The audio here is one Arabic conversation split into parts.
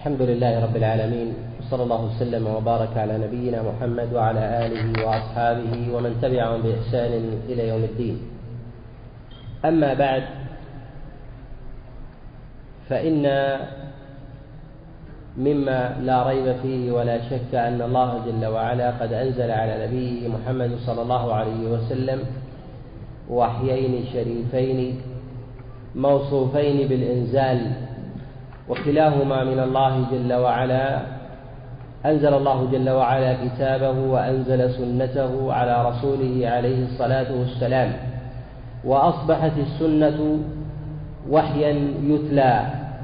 الحمد لله رب العالمين، وصلى الله وسلم وبارك على نبينا محمد وعلى آله وأصحابه ومن تبعهم بإحسان إلى يوم الدين. أما بعد، فإن مما لا ريب فيه ولا شك أن الله جل وعلا قد أنزل على نبيه محمد صلى الله عليه وسلم وحيين شريفين موصوفين بالإنزال، وكلاهما من الله جل وعلا. أنزل الله جل وعلا كتابه وأنزل سنته على رسوله عليه الصلاة والسلام، وأصبحت السنة وحيا يتلى،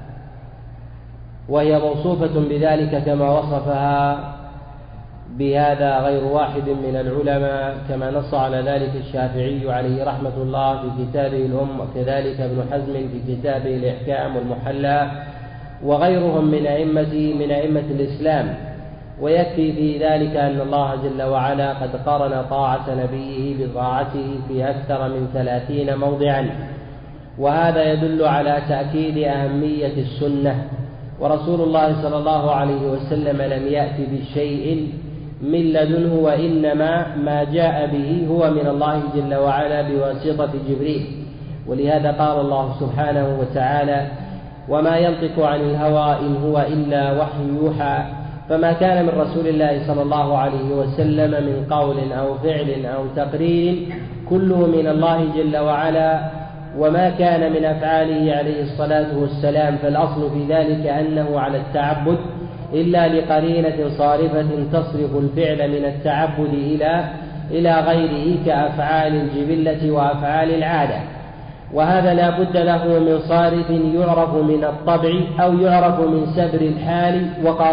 وهي موصوفة بذلك كما وصفها بهذا غير واحد من العلماء، كما نص على ذلك الشافعي عليه رحمة الله في كتابه الأم، وكذلك ابن حزم في كتابه الإحكام والمحلى، وغيرهم من أئمة الإسلام. ويكفي في ذلك أن الله جل وعلا قد قرن طاعة نبيه بطاعته في أكثر من 30 موضعا، وهذا يدل على تأكيد أهمية السنة. ورسول الله صلى الله عليه وسلم لم يأتي بشيء من لدنه، وإنما ما جاء به هو من الله جل وعلا بواسطة جبريل. ولهذا قال الله سبحانه وتعالى: وما ينطق عن الهوى إن هو إلا وحي يوحى. فما كان من رسول الله صلى الله عليه وسلم من قول أو فعل أو تقرير كله من الله جل وعلا، وما كان من أفعاله عليه الصلاة والسلام فالأصل في ذلك أنه على التعبد، إلا لقرينة صارفة تصرف الفعل من التعبد إلى غيره كأفعال الجبلة وأفعال العادة. وهذا لا بد له من صارف يعرف من الطبع أو يعرف من سبر الحال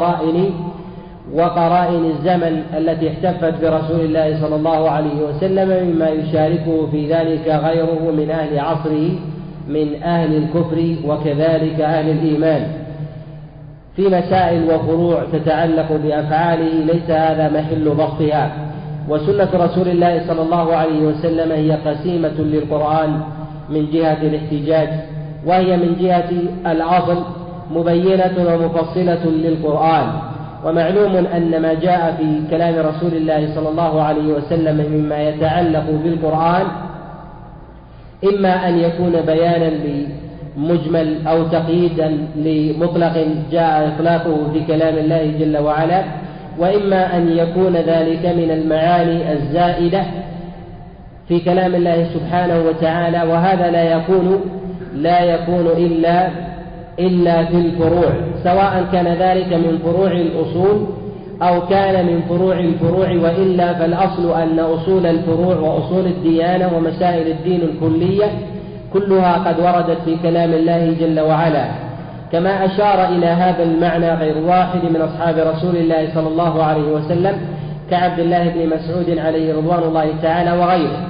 وقرائن الزمن التي احتفت برسول الله صلى الله عليه وسلم، مما يشاركه في ذلك غيره من أهل عصره من أهل الكفر وكذلك أهل الإيمان في مسائل وفروع تتعلق بأفعاله، ليس هذا محل بسطها. وسنة رسول الله صلى الله عليه وسلم هي قسيمة للقرآن من جهة الاحتجاج، وهي من جهة الأصل مبينة ومفصلة للقرآن. ومعلوم أن ما جاء في كلام رسول الله صلى الله عليه وسلم مما يتعلق بالقرآن إما أن يكون بيانا لمجمل أو تقييدا لمطلق جاء إطلاقه في كلام الله جل وعلا، وإما أن يكون ذلك من المعاني الزائدة في كلام الله سبحانه وتعالى. وهذا لا يكون إلا في الفروع، سواء كان ذلك من فروع الأصول أو كان من فروع الفروع، وإلا فالأصل أن أصول الفروع وأصول الديانة ومسائل الدين الكلية كلها قد وردت في كلام الله جل وعلا، كما أشار إلى هذا المعنى غير واحد من أصحاب رسول الله صلى الله عليه وسلم كعبد الله بن مسعود عليه رضوان الله تعالى وغيره.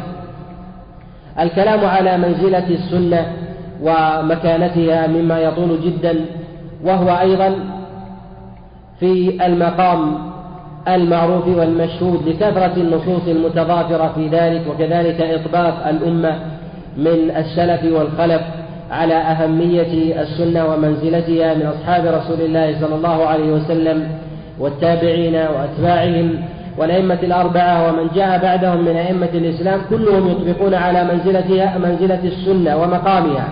الكلام على منزلة السنة ومكانتها مما يطول جدا، وهو أيضا في المقام المعروف والمشهود لكثرة النصوص المتضافرة في ذلك، وكذلك إطباق الأمة من السلف والخلف على أهمية السنة ومنزلتها من أصحاب رسول الله صلى الله عليه وسلم والتابعين وأتباعهم والأئمة الأربعة ومن جاء بعدهم من أئمة الإسلام، كلهم يطبقون على منزلة السنة ومقامها،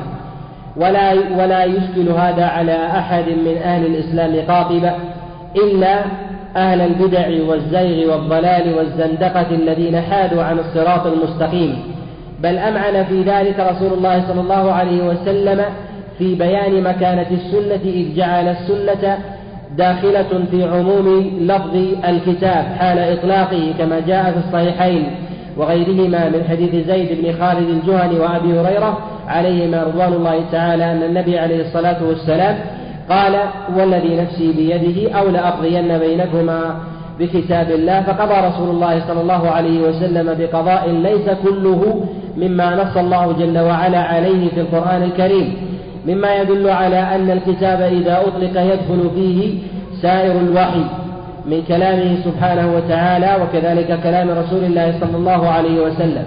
ولا يشكل هذا على أحد من أهل الإسلام قاطبة إلا أهل البدع والزيغ والضلال والزندقة الذين حادوا عن الصراط المستقيم. بل أمعن في ذلك رسول الله صلى الله عليه وسلم في بيان مكانة السنة، إذ جعل السنة داخلة في عموم لفظ الكتاب حال إطلاقه، كما جاء في الصحيحين وغيرهما من حديث زيد بن خالد الجهني وأبي هريرة عليهما رضوان الله تعالى أن النبي عليه الصلاة والسلام قال: والذي نفسي بيده أو لأقضين بينكما بكتاب الله. فقضى رسول الله صلى الله عليه وسلم بقضاء ليس كله مما نص الله جل وعلا عليه في القرآن الكريم، مما يدل على أن الكتاب إذا أطلق يدخل فيه سائر الوحي من كلامه سبحانه وتعالى، وكذلك كلام رسول الله صلى الله عليه وسلم.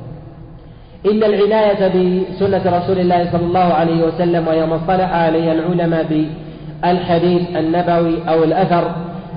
إن العناية بسنة رسول الله صلى الله عليه وسلم وهي ما اصطلح عليها العلماء الحديث النبوي أو الأثر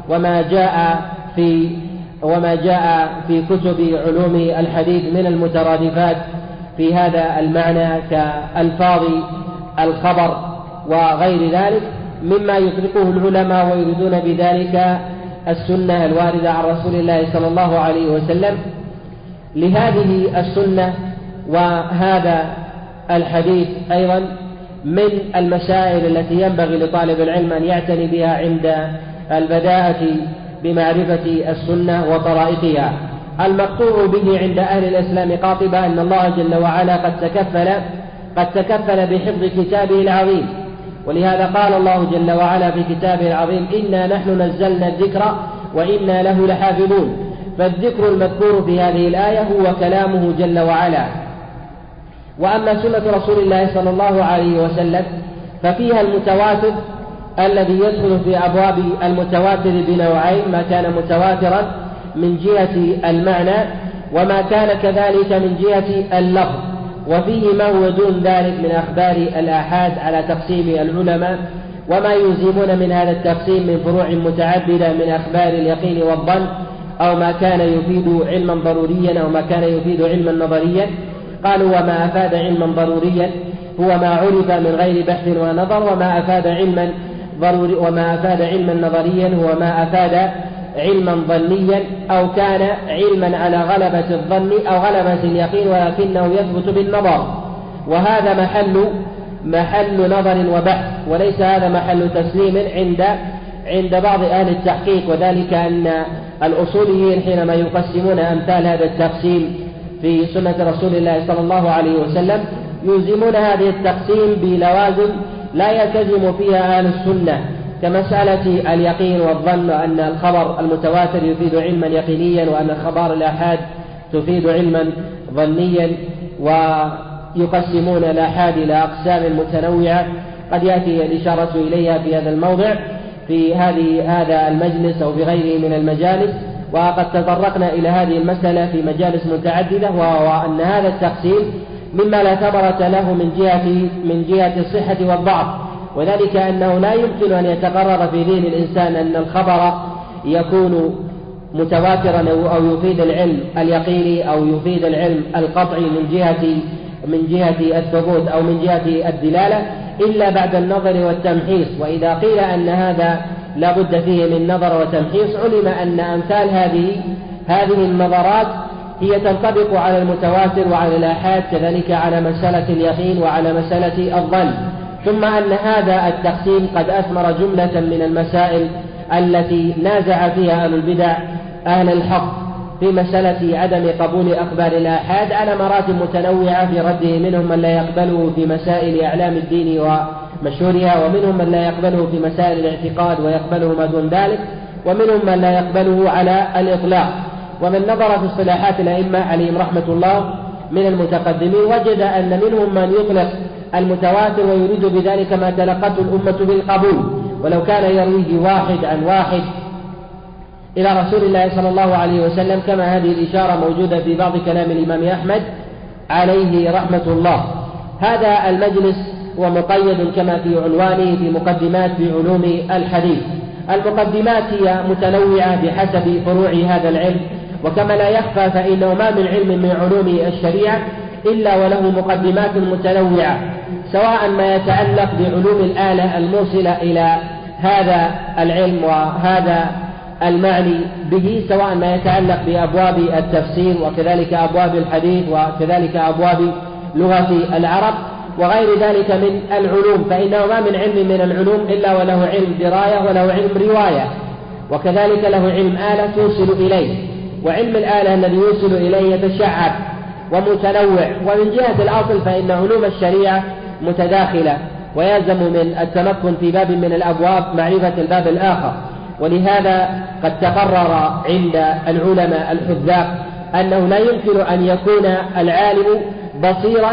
وما جاء في كتب علوم الحديث من المترادفات في هذا المعنى كألفاظ الخبر وغير ذلك مما يطلقه العلماء ويريدون بذلك السنة الواردة عن رسول الله صلى الله عليه وسلم. لهذه السنة وهذا الحديث أيضا من المسائل التي ينبغي لطالب العلم أن يعتني بها عند البداءة بمعرفة السنة وطرائقها. المقطوع به عند أهل الإسلام قاطبة أن الله جل وعلا قد تكفل بحفظ كتابه العظيم، ولهذا قال الله جل وعلا في كتابه العظيم: إنا نحن نزلنا الذكر وإنا له لحافظون. فالذكر المذكور في هذه الآية هو كلامه جل وعلا. وأما سنة رسول الله صلى الله عليه وسلم ففيها المتواتر الذي يدخل في أبواب المتواتر بنوعين: ما كان متواترا من جهة المعنى وما كان كذلك من جهة اللفظ، وفيه ما هو دون ذلك من أخبار الآحاد على تقسيم العلماء وما يلزمون من هذا التقسيم من فروع متعددة من أخبار اليقين والظن، أو ما كان يفيد علما ضروريا أو ما كان يفيد علما نظريا. قالوا: وما أفاد علما ضروريا هو ما عرف من غير بحث ونظر، وما أفاد علما نظريا هو ما أفاد علما ظنيا أو كان علما على غلبة الظن أو غلبة اليقين ولكنه يثبت بالنظر، وهذا محل نظر وبحث، وليس هذا محل تسليم عند بعض أهل التحقيق. وذلك أن الأصوليين حينما يقسمون أمثال هذا التقسيم في سنة رسول الله صلى الله عليه وسلم يلزمون هذه التقسيم بلوازم لا يلتزم فيها أهل السنة، كمسألة اليقين والظن، أن الخبر المتواتر يفيد علما يقينيا وأن الخبر الآحاد تفيد علما ظنيا. ويقسمون الآحاد إلى أقسام متنوعة قد يأتي الإشارة إليها في هذا الموضع في هذا المجلس أو في غيره من المجالس، وقد تطرقنا إلى هذه المسألة في مجالس متعددة، وهو أن هذا التقسيم مما لا ثمرة له من جهة الصحة والضعف، وذلك أنه لا يمكن أن يتقرر في ذهن الإنسان أن الخبر يكون متواترا أو يفيد العلم اليقيني أو يفيد العلم القطعي من جهة الثبوت أو من جهة الدلالة إلا بعد النظر والتمحيص. وإذا قيل أن هذا لا بد فيه من نظر وتمحيص علم أن أمثال هذه النظرات هي تنطبق على المتواتر وعلى الآحاد، كذلك على مسألة اليقين وعلى مسألة الظن. ثم أن هذا التقسيم قد أثمر جملة من المسائل التي نازع فيها أهل البدع أهل الحق في مسألة عدم قبول أخبار الآحاد على مراتب متنوعة في رده. منهم من لا يقبله في مسائل أعلام الدين ومشهورها، ومنهم من لا يقبله في مسائل الاعتقاد ويقبله ما دون ذلك، ومنهم من لا يقبله على الإطلاق. ومن نظر في اصطلاحات الأئمة عليهم رحمة الله من المتقدمين وجد أن منهم من يطلق المتواتر ويريد بذلك ما تلقته الأمة بالقبول، ولو كان يرويه واحد عن واحد إلى رسول الله صلى الله عليه وسلم، كما هذه الإشارة موجودة في بعض كلام الإمام أحمد عليه رحمة الله. هذا المجلس ومقيد كما في عنوانه في مقدمات في علوم الحديث. المقدمات هي متنوعة بحسب فروع هذا العلم، وكما لا يخفى فإنه ما من علم من علوم الشريعة إلا وله مقدمات متنوعة، سواء ما يتعلق بعلوم الآلة الموصلة إلى هذا العلم وهذا المعني به، سواء ما يتعلق بأبواب التفسير وكذلك أبواب الحديث وكذلك أبواب لغة العرب وغير ذلك من العلوم، فإنه ما من علم من العلوم إلا وله علم دراية وله علم رواية، وكذلك له علم آلة توصل إليه. وعلم الآلة الذي يوصل إليه يتشعب ومتنوع. ومن جهة الأصل فإن علوم الشريعة متداخلة، ويلزم من التمكن في باب من الأبواب معرفة الباب الآخر. ولهذا قد تقرر عند العلماء الحذاق أنه لا يمكن أن يكون العالم بصيرا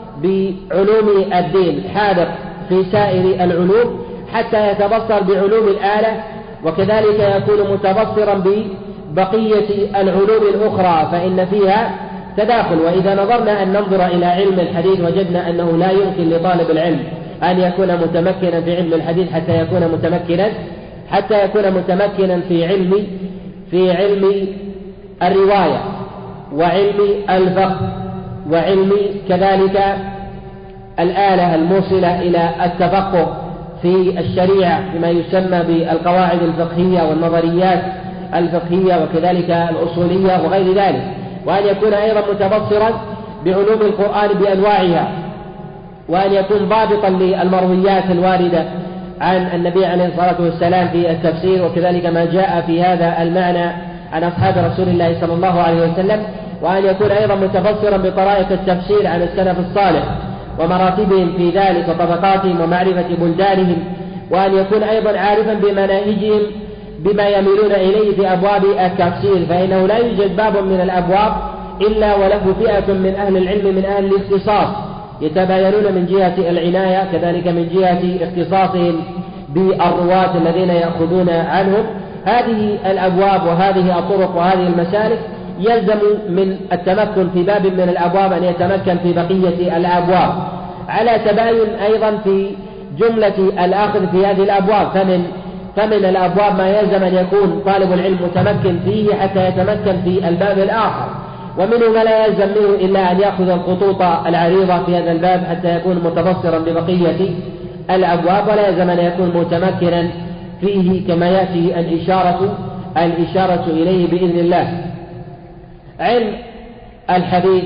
بعلوم الدين حاذق في سائر العلوم حتى يتبصر بعلوم الآلة، وكذلك يكون متبصرا ببقية العلوم الأخرى فإن فيها تداخل. وإذا نظرنا أن ننظر إلى علم الحديث وجدنا أنه لا يمكن لطالب العلم أن يكون متمكنا في علم الحديث حتى يكون متمكنا في علم الرواية وعلم الفقه وعلم كذلك الآلة الموصلة إلى التفقه في الشريعة بما يسمى بالقواعد الفقهية والنظريات الفقهية وكذلك الأصولية وغير ذلك، وأن يكون أيضا متبصرا بعلوم القرآن بأنواعها، وأن يكون ضابطا للمرويات الواردة عن النبي عليه الصلاة والسلام في التفسير وكذلك ما جاء في هذا المعنى عن أصحاب رسول الله صلى الله عليه وسلم، وأن يكون أيضا متبصرا بطرائق التفسير عن السلف الصالح ومراتبهم في ذلك وطبقاتهم ومعرفة بلدانهم، وأن يكون أيضا عارفا بمناهجهم بما يميلون إليه في أبواب التفسير، فإنه لا يوجد باب من الأبواب إلا وله فئة من أهل العلم من أهل الاختصاص يتباينون من جهة العناية كذلك من جهة اختصاصهم بالرواة الذين يأخذون عنهم. هذه الأبواب وهذه الطرق وهذه المسالك يلزم من التمكن في باب من الأبواب أن يتمكن في بقية الأبواب، على تباين أيضا في جملة الأخذ في هذه الأبواب. فمن الأبواب ما يلزم أن يكون طالب العلم متمكن فيه حتى يتمكن في الباب الآخر، ومنه ما لا يلزم منه إلا أن يأخذ الخطوط العريضة في هذا الباب حتى يكون متبصرا ببقية الأبواب، ولا يلزم أن يكون متمكنا فيه كما يأتي الإشارة إليه بإذن الله. علم الحديث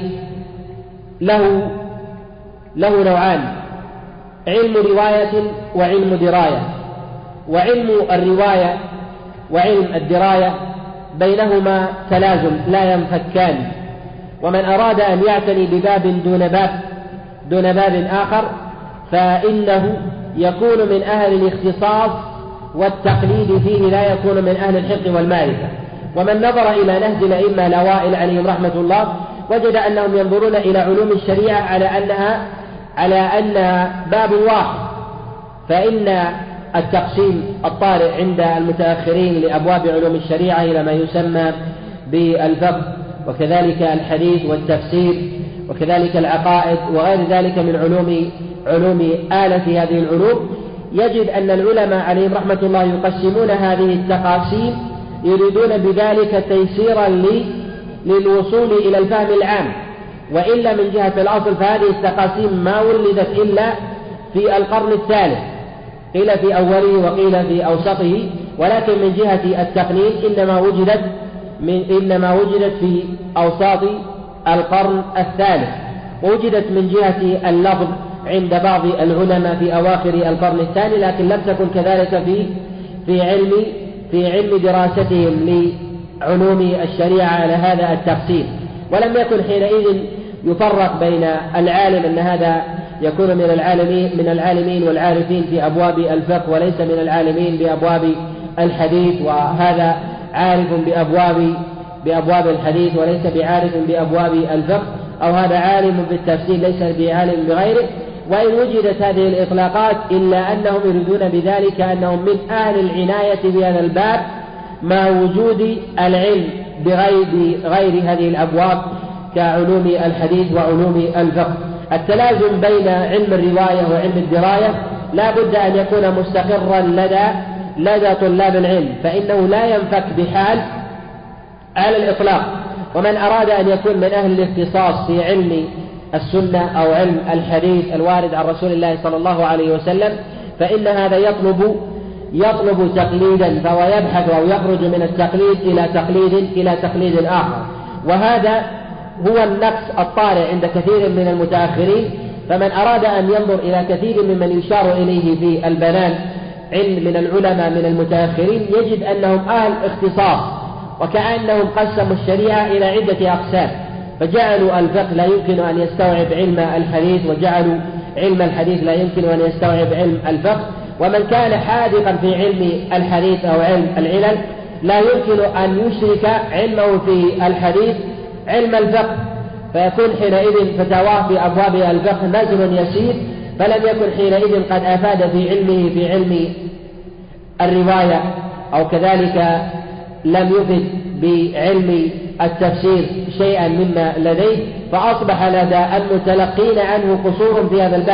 له نوعان: علم رواية وعلم دراية. وعلم الرواية وعلم الدراية بينهما تلازم لا ينفكان، ومن أراد أن يعتني بباب دون باب آخر فإنه يكون من أهل الاختصاص والتقليد فيه، لا يكون من أهل الحفظ والمعرفة. ومن نظر إلى نهج الأئمة الأوائل عليهم رحمة الله وجد أنهم ينظرون إلى علوم الشريعة على أنها باب واحد، فإن التقسيم الطارئ عند المتأخرين لأبواب علوم الشريعة إلى ما يسمى بالفقه وكذلك الحديث والتفسير وكذلك العقائد وغير ذلك من علوم آلة هذه العلوم، يجد أن العلماء عليهم رحمة الله يقسمون هذه التقاسيم يريدون بذلك تيسيرا للوصول إلى الفهم العام، وإلا من جهة الأصل فهذه التقاسيم ما ولدت إلا في القرن الثالث، قيل في أوله وقيل في أوسطه، ولكن من جهة التقنين إنما وجدت في أوساط القرن الثالث، ووجدت من جهة اللفظ عند بعض العلماء في أواخر القرن الثاني، لكن لم تكن كذلك في علم دراستهم لعلوم الشريعة على هذا التقسيم. ولم يكن حينئذ يفرق بين العالم أن هذا يكون من العالمين والعارفين في أبواب الفقه وليس من العالمين بأبواب الحديث، وهذا عارف بأبواب الحديث وليس بعارف بأبواب الفقه، أو هذا عالم بالتفسير ليس بعالم بغيره. وإن وجدت هذه الإطلاقات إلا أنهم يريدون بذلك أنهم من أهل العناية بهذا الباب مع وجود العلم بغير هذه الأبواب كعلوم الحديث وعلوم الفقه. التلازم بين علم الرواية وعلم الدراية لا بد أن يكون مستقرا لدى طلاب العلم، فإنه لا ينفك بحال على الإطلاق. ومن أراد أن يكون من أهل الاختصاص في علم السنة أو علم الحديث الوارد عن رسول الله صلى الله عليه وسلم فإن هذا يطلب تقليدا، فهو يبحث أو يخرج من التقليد إلى تقليد آخر، وهذا هو النقص الطارئ عند كثير من المتأخرين. فمن أراد أن ينظر إلى كثير ممن يشار إليه في البنان علم من العلماء من المتأخرين يجد أنهم أهل اختصاص، وكأنهم قسموا الشريعة إلى عدة أقسام، فجعلوا الفقه لا يمكن أن يستوعب علم الحديث، وجعلوا علم الحديث لا يمكن أن يستوعب علم الفقه. ومن كان حاذقا في علم الحديث أو علم العلل لا يمكن أن يشرك علمه في الحديث علم الفقه، فيكون حينئذ فتواه في أبواب الفقه نزل يسير، فلم يكن حينئذ قد أفاد في علمه في علم الرواية، أو كذلك لم يفد بعلم التفسير شيئا مما لديه، فأصبح لدى المتلقين عنه قصور في هذا الباب.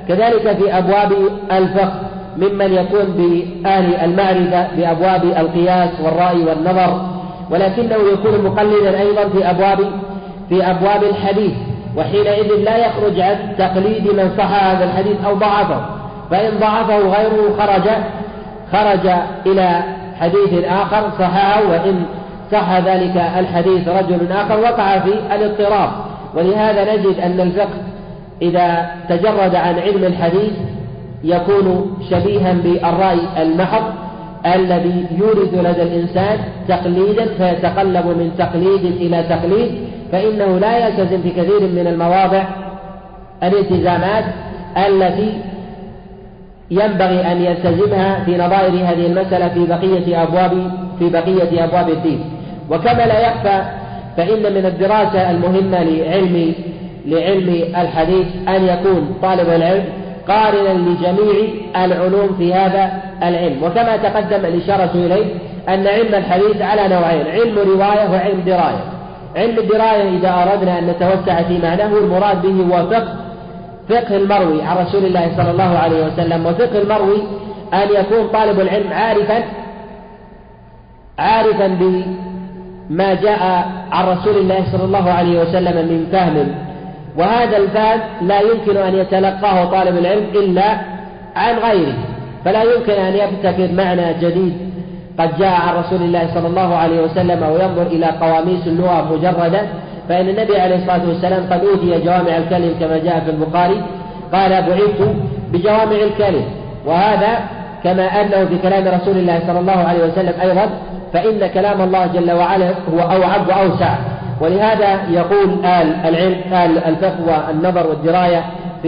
كذلك في أبواب الفقه ممن يكون بأهل المعرفة بأبواب القياس والرأي والنظر، ولكنه يكون مقلدا أيضا في أبواب الحديث، وحينئذ لا يخرج عن تقليد من صح هذا الحديث أو ضعفه، فإن ضعفه غيره خرج إلى حديث آخر صححه، وإن صح ذلك الحديث رجل آخر وقع في الاضطراب. ولهذا نجد أن الفقه إذا تجرد عن علم الحديث يكون شبيها بالرأي المحض الذي يورد لدى الإنسان تقليدا فيتقلب من تقليد إلى تقليد، فإنه لا يلتزم في كثير من المواضع الالتزامات التي ينبغي أن يلتزمها في نظائر هذه المسألة في بقية أبواب الدين. وكما لا يخفى فإن من الدراسة المهمة لعلم الحديث أن يكون طالب العلم قارنا لجميع العلوم في هذا العلم. وكما تقدم الإشارة إليه أن علم الحديث على نوعين: علم رواية وعلم دراية. علم الدراية إذا أردنا أن نتوسع في معناه المراد به هو فقه المروي عن رسول الله صلى الله عليه وسلم. وفقه المروي أن يكون طالب العلم عارفا بما جاء عن رسول الله صلى الله عليه وسلم من فهم، وهذا الفهم لا يمكن أن يتلقاه طالب العلم إلا عن غيره، فلا يمكن أن يبتكر معنى جديد قد جاء عن رسول الله صلى الله عليه وسلم أو ينظر إلى قواميس اللغة مجردة، فإن النبي عليه الصلاة والسلام قد أوتي جوامع الكلم كما جاء في البخاري، قال: بعثت بجوامع الكلم. وهذا كما أنه في كلام رسول الله صلى الله عليه وسلم أيضا، فإن كلام الله جل وعلا هو أوعب وأوسع. ولهذا يقول العلم الفقه والنظر والدراية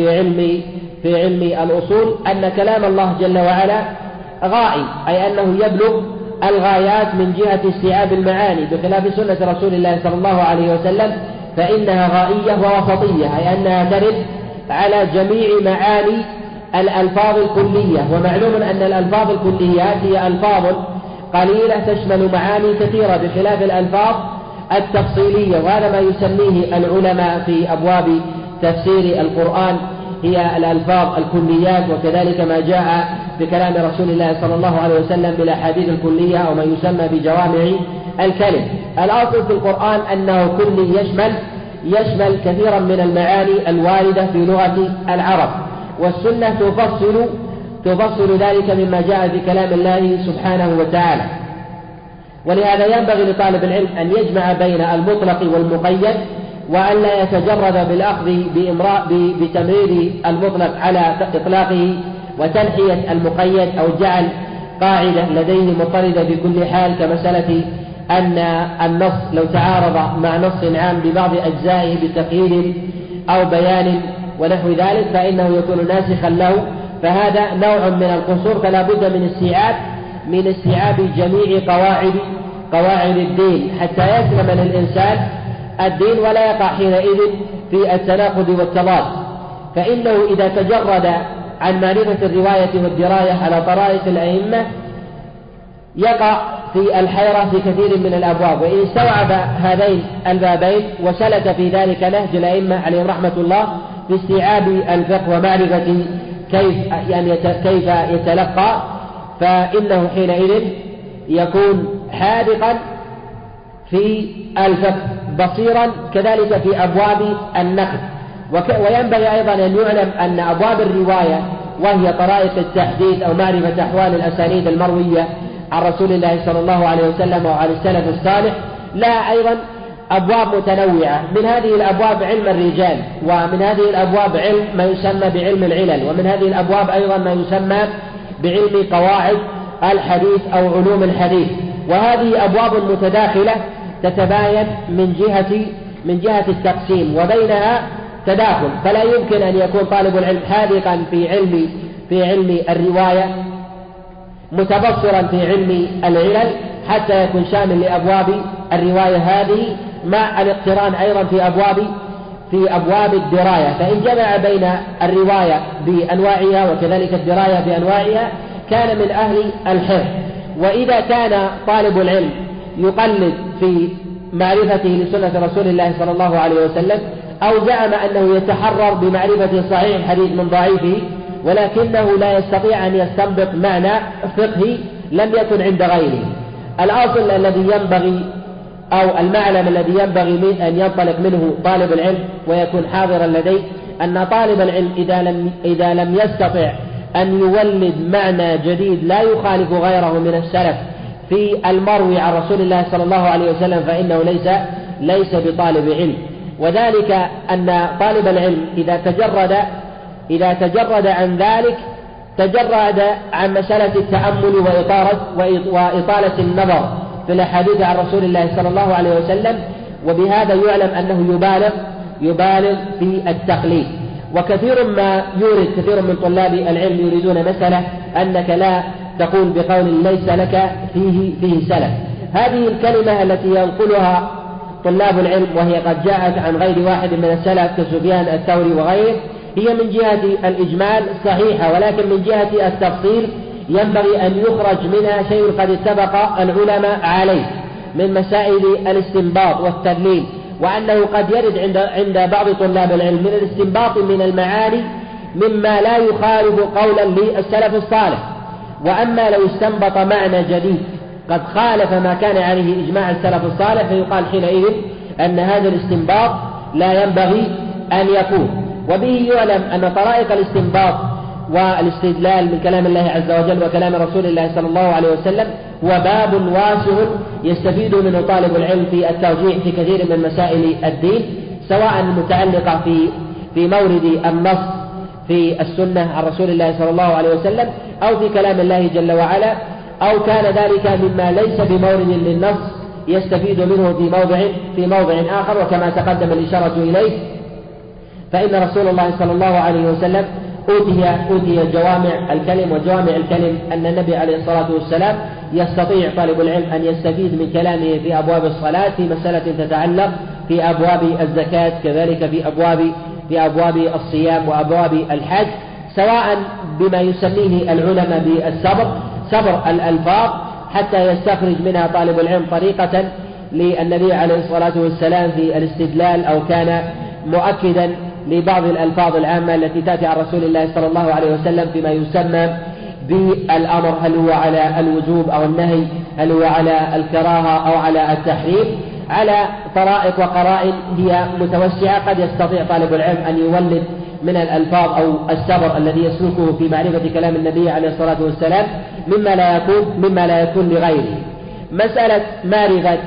في علم الأصول أن كلام الله جل وعلا غائي، أي أنه يبلغ الغايات من جهة استيعاب المعاني، بخلاف سنة رسول الله صلى الله عليه وسلم فإنها غائية ووسطية، أي أنها ترد على جميع معاني الألفاظ الكلية. ومعلوم أن الألفاظ الكليات هي ألفاظ قليلة تشمل معاني كثيرة بخلاف الألفاظ التفصيلية، وهذا ما يسميه العلماء في أبواب تفسير القرآن هي الألفاظ الكليات، وكذلك ما جاء في كلام رسول الله صلى الله عليه وسلم بالأحاديث الكلية أو ما يسمى بجوامع الكلم. الأصل في القرآن أنه كلي يشمل كثيرا من المعاني الواردة في لغة العرب، والسنة تفصل ذلك مما جاء في كلام الله سبحانه وتعالى. ولهذا ينبغي لطالب العلم أن يجمع بين المطلق والمقيد، وأن لا يتجرد بالأخذ بتمرير المطلق على إطلاقه وتنحية المقيد، أو جعل قاعدة لديه مضطردة في كل حال، كمسألة أن النص لو تعارض مع نص عام ببعض أجزائه بتقييد أو بيان ونحو ذلك فإنه يكون ناسخا له، فهذا نوع من القصور. فلا بد من استيعاب جميع قواعد الدين حتى يسلم للإنسان الدين ولا يقع حينئذ في التناقض والتضاد. فإنه إذا تجرد عن معرفة الرواية والدراية على طرائق الأئمة يقع في الحيرة في كثير من الأبواب. وإن استوعب هذين البابين وسلك في ذلك نهج الأئمة عليهم رحمة الله في استيعاب الفقه ومعرفة كيف يتلقى، فإنه حينئذ يكون حاذقا في الفقه بصيرا كذلك في أبواب النقد. وينبغي أيضا أن يعلم أن أبواب الرواية وهي طرائق التحديث أو معرفة أحوال الأسانيد المروية عن رسول الله صلى الله عليه وسلم وعن السلف الصالح لا أيضا أبواب متنوعة. من هذه الأبواب علم الرجال، ومن هذه الأبواب علم ما يسمى بعلم العلل، ومن هذه الأبواب أيضا ما يسمى بعلم قواعد الحديث أو علوم الحديث. وهذه أبواب متداخلة تتباين من جهة التقسيم وبينها تداخل، فلا يمكن أن يكون طالب العلم حاذقا في علم الرواية متبصرا في علم العلل حتى يكون شامل لأبواب الرواية هذه، مع الاقتران أيضا في أبواب الدراية. فإن جمع بين الرواية بأنواعها وكذلك الدراية بأنواعها كان من أهل الحفظ. وإذا كان طالب العلم يقلد في معرفته لسنة رسول الله صلى الله عليه وسلم أو زعم أنه يتحرر بمعرفة صحيح الحديث من ضعيفه، ولكنه لا يستطيع أن يستنبط معنى فقهي لم يكن عند غيره. الأصل الذي ينبغي أو المعلم الذي ينبغي أن ينطلق منه طالب العلم ويكون حاضرا لديه أن طالب العلم إذا لم يستطع أن يولد معنى جديد لا يخالف غيره من السلف في المروي عن رسول الله صلى الله عليه وسلم فإنه ليس بطالب علم. وذلك أن طالب العلم إذا تجرد عن ذلك تجرد عن مسألة التأمل وإطالة النظر في الأحاديث عن رسول الله صلى الله عليه وسلم، وبهذا يعلم أنه يبالغ في التقليد. وكثير من طلاب العلم يريدون مسألة أنك لا تقول بقول ليس لك فيه سلف. هذه الكلمة التي ينقلها طلاب العلم وهي قد جاءت عن غير واحد من السلف كسفيان الثوري وغيره هي من جهة الإجمال صحيحة، ولكن من جهة التفصيل ينبغي أن يخرج منها شيء قد اتفق العلماء عليه من مسائل الاستنباط والتدليل، وأنه قد يرد عند بعض طلاب العلم من الاستنباط من المعاني مما لا يخالف قولا للسلف الصالح. وأما لو استنبط معنى جديد قد خالف ما كان عليه إجماع السلف الصالح فيقال حينئذ أن هذا الاستنباط لا ينبغي أن يكون. وبه يعلم أن طرائق الاستنباط والاستدلال من كلام الله عز وجل وكلام رسول الله صلى الله عليه وسلم هو باب واسع يستفيد منه طالب العلم في الترجيح في كثير من مسائل الدين، سواء المتعلقة في مورد النص في السنة عن رسول الله صلى الله عليه وسلم أو في كلام الله جل وعلا، أو كان ذلك مما ليس بمورد للنص يستفيد منه في موضع آخر. وكما تقدم الإشارة إليه فإن رسول الله صلى الله عليه وسلم أوتي جوامع الكلم، وجوامع الكلم أن النبي عليه الصلاة والسلام يستطيع طالب العلم أن يستفيد من كلامه في أبواب الصلاة في مسألة تتعلق في أبواب الزكاة، كذلك في أبواب الصيام وأبواب الحج، سواء بما يسميه العلماء صبر الألفاظ حتى يستخرج منها طالب العلم طريقة للنبي عليه الصلاة والسلام في الاستدلال، أو كان مؤكدا لبعض الألفاظ العامة التي تأتي عن رسول الله صلى الله عليه وسلم فيما يسمى بالأمر، هل هو على الوجوب أو النهي، هل هو على الكراهة أو على التحريم، على طرائق وقرائن هي متوسعة قد يستطيع طالب العلم أن يولد من الألفاظ أو السبر الذي يسلكه في معرفة كلام النبي عليه الصلاة والسلام مما لا يكون لغيره. مسألة معرفة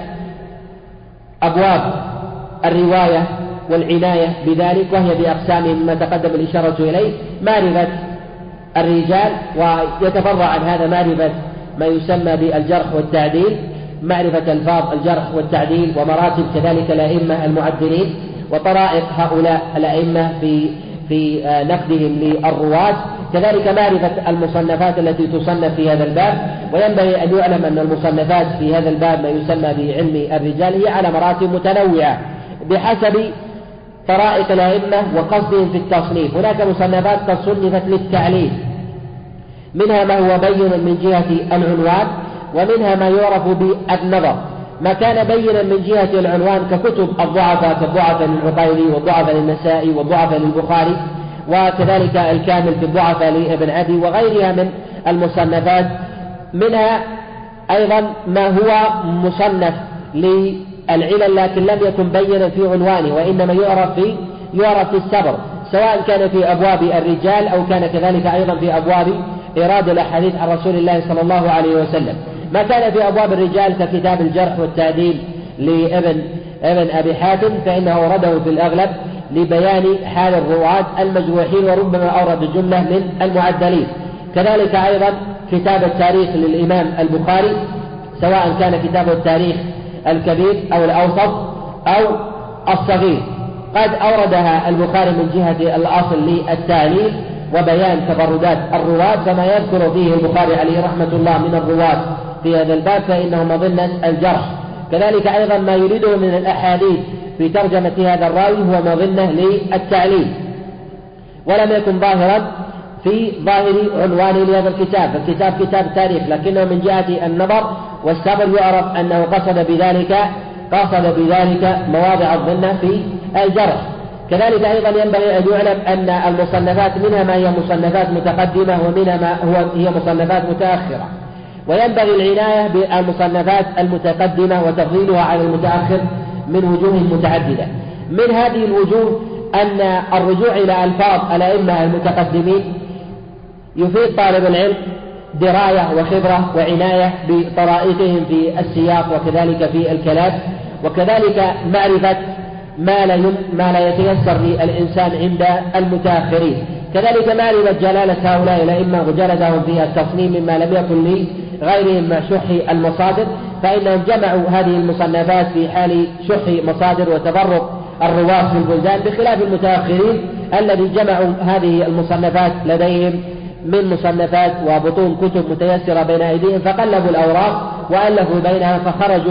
أبواب الرواية والعناية بذلك وهي بأقسام مما تقدم الإشارة إليه، معرفة الرجال، ويتفرع عن هذا معرفة ما يسمى بالجرح والتعديل، معرفة ألفاظ الجرح والتعديل ومراتب كذلك الأئمة المعدلين وطرائق هؤلاء الأئمة في نقدهم للرواة، كذلك معرفة المصنفات التي تصنف في هذا الباب. وينبغي أن يعلم أن المصنفات في هذا الباب ما يسمى بعلم الرجال هي على مراتب متنوعة بحسب طرائق الأئمة وقصدهم في التصنيف. هناك مصنفات قد صنفت للتعليل، منها ما هو بين من جهة العنوان، ومنها ما يعرف بالنظر. ما كان بينا من جهة العنوان ككتب الضعفاء كالضعفاء للعقيلي والضعفاء للنسائي والضعفاء للبخاري، وكذلك الكامل في الضعفاء لابن عدي وغيرها من المصنفات. منها أيضا ما هو مصنف للعلل لكن لم يكن بينا في عنوانه، وإنما يعرف في السبر، سواء كان في أبواب الرجال أو كان كذلك أيضا في أبواب إيراد الأحاديث عن رسول الله صلى الله عليه وسلم. ما كان في أبواب الرجال ككتاب الجرح والتعديل لابن أبي حاتم فإنه أورده في الأغلب لبيان حال الرواة المجروحين، وربما أورد جملة من المعدلين. كذلك أيضا كتاب التاريخ للإمام البخاري، سواء كان كتاب التاريخ الكبير أو الأوسط أو الصغير، قد أوردها البخاري من جهة الأصل للتعليل وبيان تفردات الرواة، فما يذكر فيه البخاري عليه رحمة الله من الرواة في هذا الباب فإنه مظنة الجرح. كذلك أيضا ما يريده من الأحاديث في ترجمة هذا الراوي هو مظنة للتعليل، ولم يكن ظاهرا في ظاهر عنوان لهذا الكتاب. فالكتاب كتاب تاريخ، لكنه من جهة النظر والسبر يعرف أنه قصد بذلك مواضع الظنة في الجرح. كذلك أيضا ينبغي أن يعلم أن المصنفات منها ما هي مصنفات متقدمة ومنها ما هي مصنفات متأخرة، وينبغي العناية بالمصنفات المتقدمة وتفضيلها على المتأخر من وجوه متعددة. من هذه الوجوه أن الرجوع إلى ألفاظ الأئمة المتقدمين يفيد طالب العلم دراية وخبرة وعناية بطرائقهم في السياق وكذلك في الكلام، وكذلك معرفة ما لا يتيسر للإنسان عند المتأخرين، كذلك معرفة جلالة هؤلاء الأئمة وجلدهم في التصنيف مما لم يكن لغيرهم مع شح المصادر، فإنهم جمعوا هذه المصنفات في حال شح مصادر وتفرق الرواة في البلدان، بخلاف المتأخرين الذي جمعوا هذه المصنفات لديهم من مصنفات وبطون كتب متيسرة بين أيديهم، فقلبوا الأوراق وألفوا بينها فخرجوا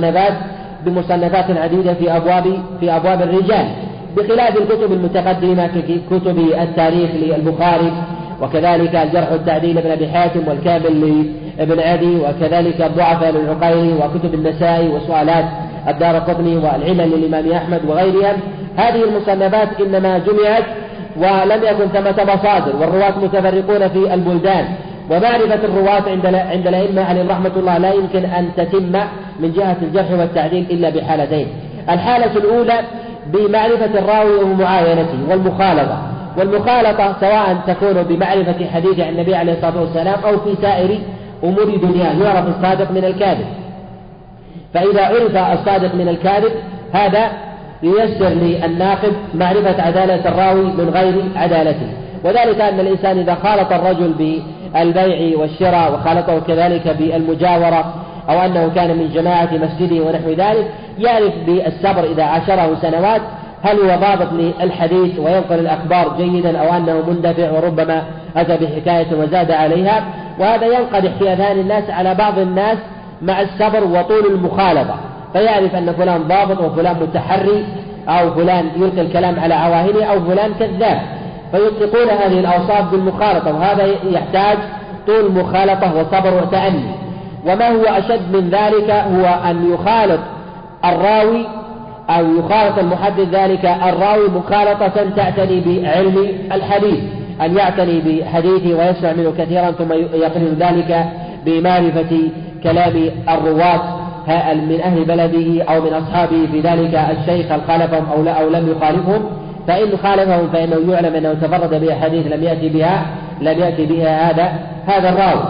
بمصنفات عديدة في أبواب الرجال، بخلاف الكتب المتقدمة ككتب التاريخ للبخاري، وكذلك الجرح والتعديل لابن أبي حاتم، والكامل لابن عدي، وكذلك الضعفاء للعقيلي، وكتب النسائي، وسؤالات الدارقطني، والعلل للإمام أحمد وغيرها. هذه المصنفات إنما جمعت ولم يكن ثمة مصادر، والرواة متفرقون في البلدان، ومعرفة الرواة عند الأئمة عليهم رحمة الله لا يمكن أن تتم من جهة الجرح والتعديل إلا بحالتين: الحالة الأولى بمعرفة الراوي ومعاينته، والمخالطة سواء تكون بمعرفة حديث عن النبي عليه الصلاة والسلام أو في سائر أمور دنياه، يعرف الصادق من الكاذب. فإذا عرف الصادق من الكاذب هذا ييسر للناقد معرفة عدالة الراوي من غير عدالته، وذلك أن الإنسان إذا خالط الرجل بالبيع والشراء وخالطه كذلك بالمجاورة أو أنه كان من جماعة مسجده ونحو ذلك، يعرف بالصبر إذا عاشره سنوات هل هو ضابط للحديث وينقل الأخبار جيدا أو أنه مندفع وربما أتى بحكاية وزاد عليها، وهذا ينقدح في أذهان الناس على بعض الناس مع الصبر وطول المخالطة، فيعرف أن فلان ضابط وفلان متحري أو فلان يلقي الكلام على عواهنه أو فلان كذاب، فيطلقون هذه الأوصاف بالمخالطة، وهذا يحتاج طول مخالطة وصبر وتأني. وما هو أشد من ذلك هو أن يخالط الراوي أو يخالط المحدث ذلك الراوي مخالطة تعتني بعلم الحديث، أن يعتني بحديثه ويسمع منه كثيرا ثم يقرن ذلك بمعرفة كلام الرواة من أهل بلده أو من أصحابه في ذلك الشيخ هل خالفهم أو لم يخالفهم، فإن خالفهم فإنه يعلم أنه تفرد بأحاديث لم يأتي بها هذا الراوي.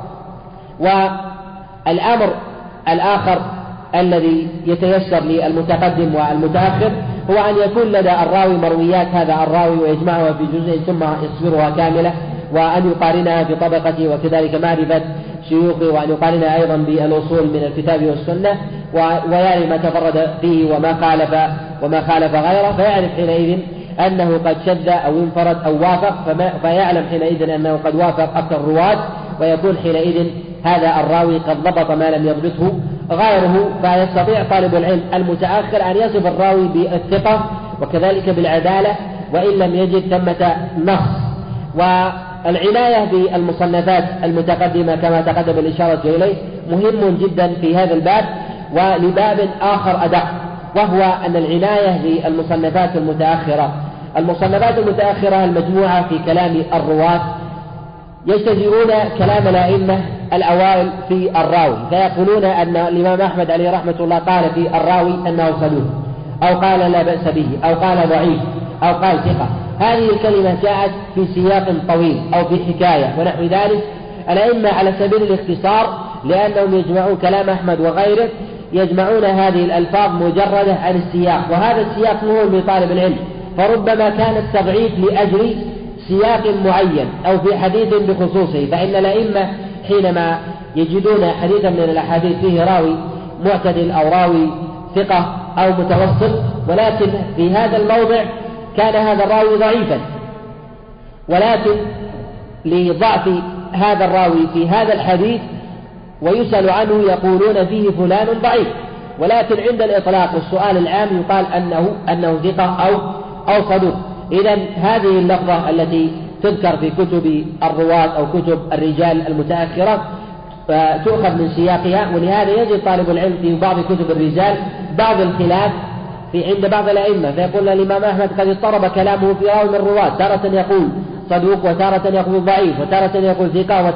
والأمر الآخر الذي يتيسر للمتقدم والمتأخر هو أن يكون لدى الراوي مرويات هذا الراوي ويجمعها في جزء ثم يصبرها كاملة، وأن يقارنها في طبقته، وكذلك معرفة شيوخه، وأن يقارنها أيضا بالأصول من الكتاب والسنة، ويعرف ما تفرد فيه وما خالف غيره، فيعرف حينئذ أنه قد شذ أو انفرد أو وافق، فيعلم حينئذ أنه قد وافق أكثر الرواة، ويكون حينئذ هذا الراوي قد ضبط ما لم يضبطه غيره، فيستطيع طالب العلم المتأخر أن يصف الراوي بالثقة وكذلك بالعدالة وإن لم يجد ثمة نص. والعناية بالمصنفات المتقدمة كما تقدم الإشارة إليه مهم جدا في هذا الباب، ولباب آخر أدق، وهو أن العناية بالمصنفات المتأخرة. المصنفات المتأخرة المجموعة في كلام الرواة يجتزئون كلام الأئمة الأوائل في الراوي، فيقولون أن الإمام أحمد عليه رحمة الله قال في الراوي أنه صدوق، أو قال لا بأس به، أو قال ضعيف، أو قال ثقة. هذه الكلمة جاءت في سياق طويل أو في حكاية ونحو ذلك. الأئمة على سبيل الاختصار لأنهم يجمعون كلام أحمد وغيره يجمعون هذه الألفاظ مجردة عن السياق، وهذا السياق مهم لطالب العلم، فربما كان التضعيف لأجل سياق معين أو في حديث بخصوصه. فإن الأئمة حينما يجدون حديثا من الأحاديث فيه راوي معتدل أو راوي ثقة أو متوسط، ولكن في هذا الموضع كان هذا الراوي ضعيفا، ولكن لضعف هذا الراوي في هذا الحديث ويسأل عنه يقولون فيه فلان ضعيف، ولكن عند الإطلاق والسؤال العام يقال أنه ثقة أو صدوق. إذن هذه اللفظة التي تذكر في كتب الرواة أو كتب الرجال المتأخرة تؤخذ من سياقها، ولهذا يجد طالب العلم في بعض كتب الرجال بعض الخلاف عند بعض الأئمة، فيقول الإمام أحمد قد اضطرب كلامه في راوي من الرواة، تارة يقول صدوق، وتارة يقول ضعيف، وتارة يقول ثقة،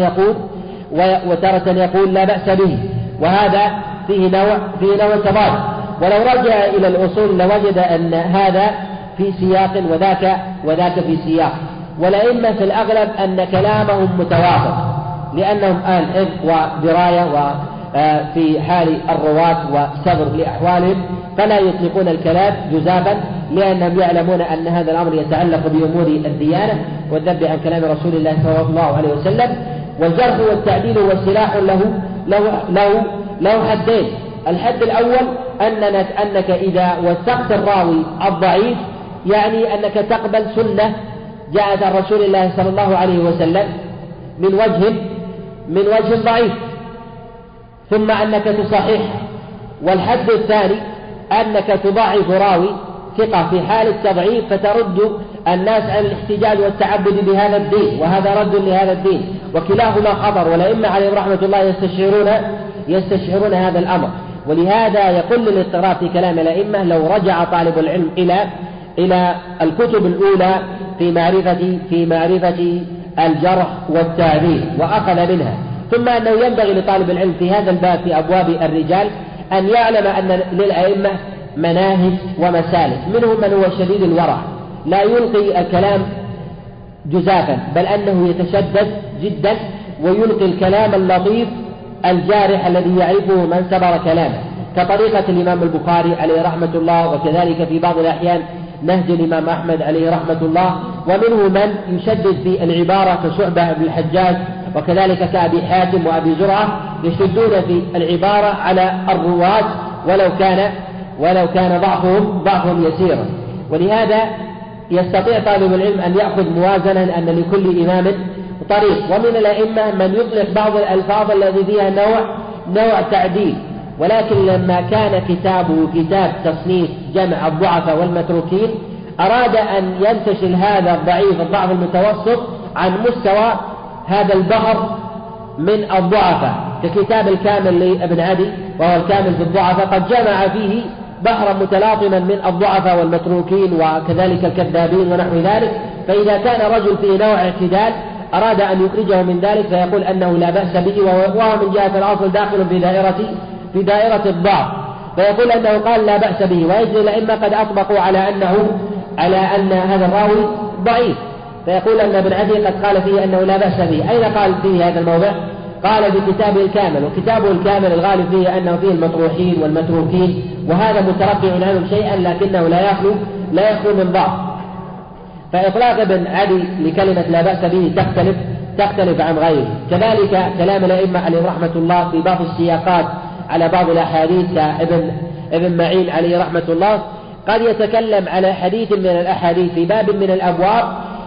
وتارة يقول لا بأس به، وهذا فيه نوع تضاد. ولو رجع إلى الأصول لوجد أن هذا في سياق وذاك في سياق. والأئمة في الأغلب أن كلامهم متوافق، لأنهم أهل حفظ ودراية وفي حال الرواة وصبر لأحوالهم، فلا يطلقون الكلام جزافا، لأنهم يعلمون أن هذا الأمر يتعلق بأمور الديانة والذب عن كلام رسول الله صلى الله عليه وسلم. والجرح والتعديل والسلاح له حدين. الحد الأول أنك إذا وثقت الراوي الضعيف يعني أنك تقبل سنة جاءت عن رسول الله صلى الله عليه وسلم من وجه ضعيف، ثم أنك تصححها. والحد الثاني أنك تضعف راوي ثقة في حال التضعيف، فترد الناس عن الاحتجاج والتعبد بهذا الدين، وهذا رد لهذا الدين، وكلاهما خطر، والأئمة عليهم رحمة الله يستشعرون هذا الأمر. ولهذا يقل الاضطراب في كلام الأئمة لو رجع طالب العلم إلى الكتب الأولى في معرفة الجرح والتعديل وأخذ منها. ثم أنه ينبغي لطالب العلم في هذا الباب في أبواب الرجال أن يعلم أن للأئمة مناهج ومسالك، منهم من هو شديد الورع لا يلقي الكلام جزافا، بل أنه يتشدد جدا ويلقي الكلام اللطيف الجارح الذي يعرفه من سبر كلامه، كطريقة الإمام البخاري عليه رحمة الله، وكذلك في بعض الأحيان نهج الإمام أحمد عليه رحمة الله. ومنه من يشدد في العبارة كشعبة بن الحجاج، وكذلك كأبي حاتم وأبي زرعة، يشدون في العبارة على الرواة ولو كان ضعفهم يسيرا. ولهذا يستطيع طالب العلم أن يأخذ موازنا أن لكل إمام طريق. ومن الأئمة من يطلق بعض الألفاظ الذي فيها نوع تعديل، ولكن لما كان كتابه كتاب تصنيف جمع الضعفاء والمتروكين أراد أن ينتشل هذا الضعف المتوسط عن مستوى هذا البحر من الضعفاء، ككتاب الكامل لابن عدي وهو الكامل في الضعفاء، قد جمع فيه بحرا متلاطما من الضعفاء والمتروكين وكذلك الكذابين ونحو ذلك. فإذا كان رجل فيه نوع اعتدال أراد أن يخرجه من ذلك فيقول أنه لا بأس به، وهو من جهة الأصل داخل في دائرة الضعف، فيقول أنه قال لا بأس به. ويجري الأئمة قد أطبقوا على أن هذا الراوي ضعيف، فيقول أن ابن عدي قد قال فيه أنه لا بأس به. أين قال فيه هذا الموضع؟ قال في كتابه الكامل، وكتابه الكامل الغالب فيه أنه فيه المطروحين والمتروكين، وهذا متربع عنهم شيئا لكنه لا يخلو من ضعف. فإطلاق ابن عدي لكلمة لا بأس به تختلف عن غيره. كذلك كلام الأئمة عليه رحمة الله في بعض السياقات على بعض الأحاديث، كابن معين عليه رحمة الله قد يتكلم على حديث من الأحاديث في باب من الأبواب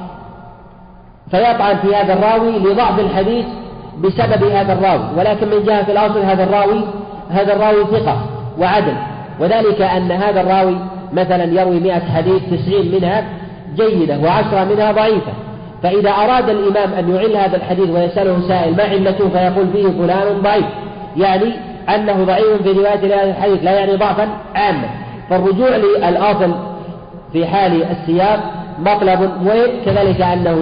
فيطعن في هذا الراوي لضعف الحديث بسبب هذا الراوي، ولكن من جهة الأصل هذا الراوي ثقة وعدل، وذلك أن هذا الراوي مثلا يروي 100 حديث 90 منها جيدة و10 منها ضعيفة. فإذا أراد الإمام أن يعل هذا الحديث ويسأله سائل ما علته فيقول فيه فلان ضعيف، يعني أنه ضعيف في رواية هذا الحديث، لا يعني ضعفا عاما. فالرجوع للأصل في حال السياق مطلب مهم. كذلك أنه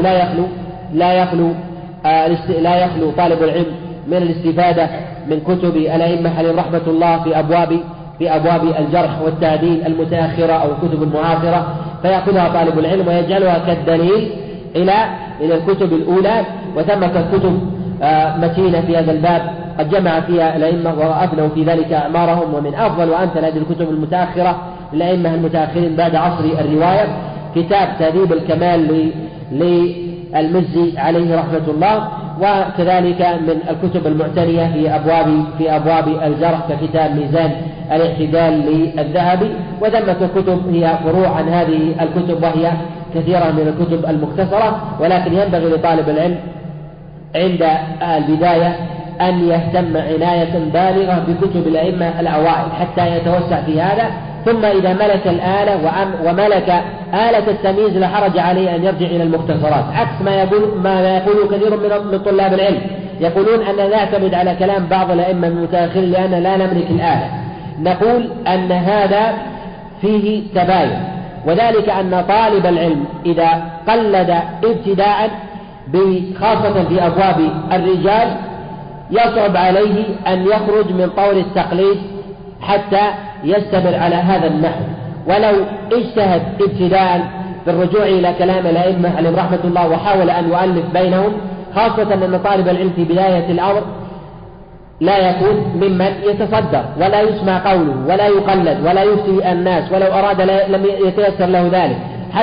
لا يخلو طالب العلم من الاستفادة من كتب الأئمة عليهم رحمة الله في أبواب الجرح والتعديل المتأخرة أو الكتب المعاصرة، فيأخذها طالب العلم ويجعلها كالدليل إلى الكتب الأولى. وثمة كتب متينة في هذا الباب قد جمع فيها الأئمة وأفنوا في ذلك أعمارهم. ومن أفضل وأمثل هذه الكتب المتأخرة للأئمة المتأخرين بعد عصر الرواية كتاب تهذيب الكمال للمزي عليه رحمة الله، وكذلك من الكتب المعتنية في أبواب الجرح ككتاب ميزان الاعتدال للذهبي. وثمة كتب هي فروع عن هذه الكتب وهي كثيرة من الكتب المختصرة، ولكن ينبغي لطالب العلم عند البداية أن يهتم عناية بالغة بكتب الأئمة الأوائل حتى يتوسع في هذا. ثم إذا ملك الآلة وملك آلة التمييز لا حرج عليه أن يرجع إلى المختصرات، عكس ما يقول كثير من طلاب العلم، يقولون أن نعتمد على كلام بعض الأئمة المتأخرين لأن لا نملك الآلة. نقول أن هذا فيه تباين، وذلك أن طالب العلم إذا قلد ابتداء خاصة في أبواب الرجال يصعب عليه أن يخرج من طور التقليد حتى يستمر على هذا النحو. ولو اجتهد ابتداء بالرجوع إلى كلام الأئمة عليهم رحمة الله وحاول أن يؤلف بينهم، خاصة أن طالب العلم في بداية الأمر لا يكون ممن يتصدر ولا يسمع قوله ولا يقلد ولا يفتي الناس، ولو أراد لم يتيسر له ذلك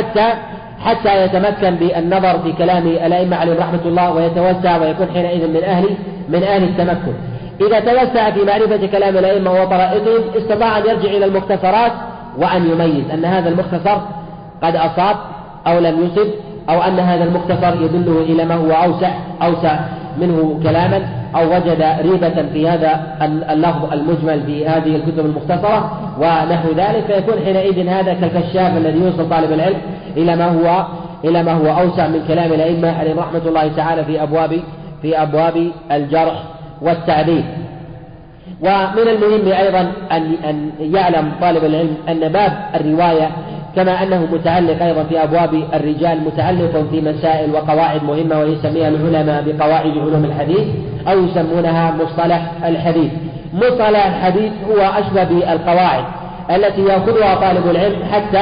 حتى يتمكن بالنظر في كلام الأئمة عليهم رحمة الله ويتوسع ويكون حينئذ من أهل التمكن. إذا توسع في معرفة كلام الأئمة وطرائقهم استطاع أن يرجع إلى المختصرات وأن يميز أن هذا المختصر قد أصاب أو لم يصب، أو أن هذا المختصر يدله إلى ما هو أوسع منه كلاما، أو وجد ريبة في هذا اللفظ المجمل في هذه الكتب المختصرة ونحو ذلك، فيكون حينئذ هذا كالكشاف الذي يوصل طالب العلم إلى ما هو أوسع من كلام الأئمة عليهم رحمة الله تعالى في أبواب الجرح والتعديل. ومن المهم أيضا أن يعلم طالب العلم أن باب الرواية كما أنه متعلق أيضا في أبواب الرجال متعلق في مسائل وقواعد مهمة، ويسميها العلماء بقواعد علوم الحديث أو يسمونها مصطلح الحديث. مصطلح الحديث هو أشبه بالقواعد التي يأخذها طالب العلم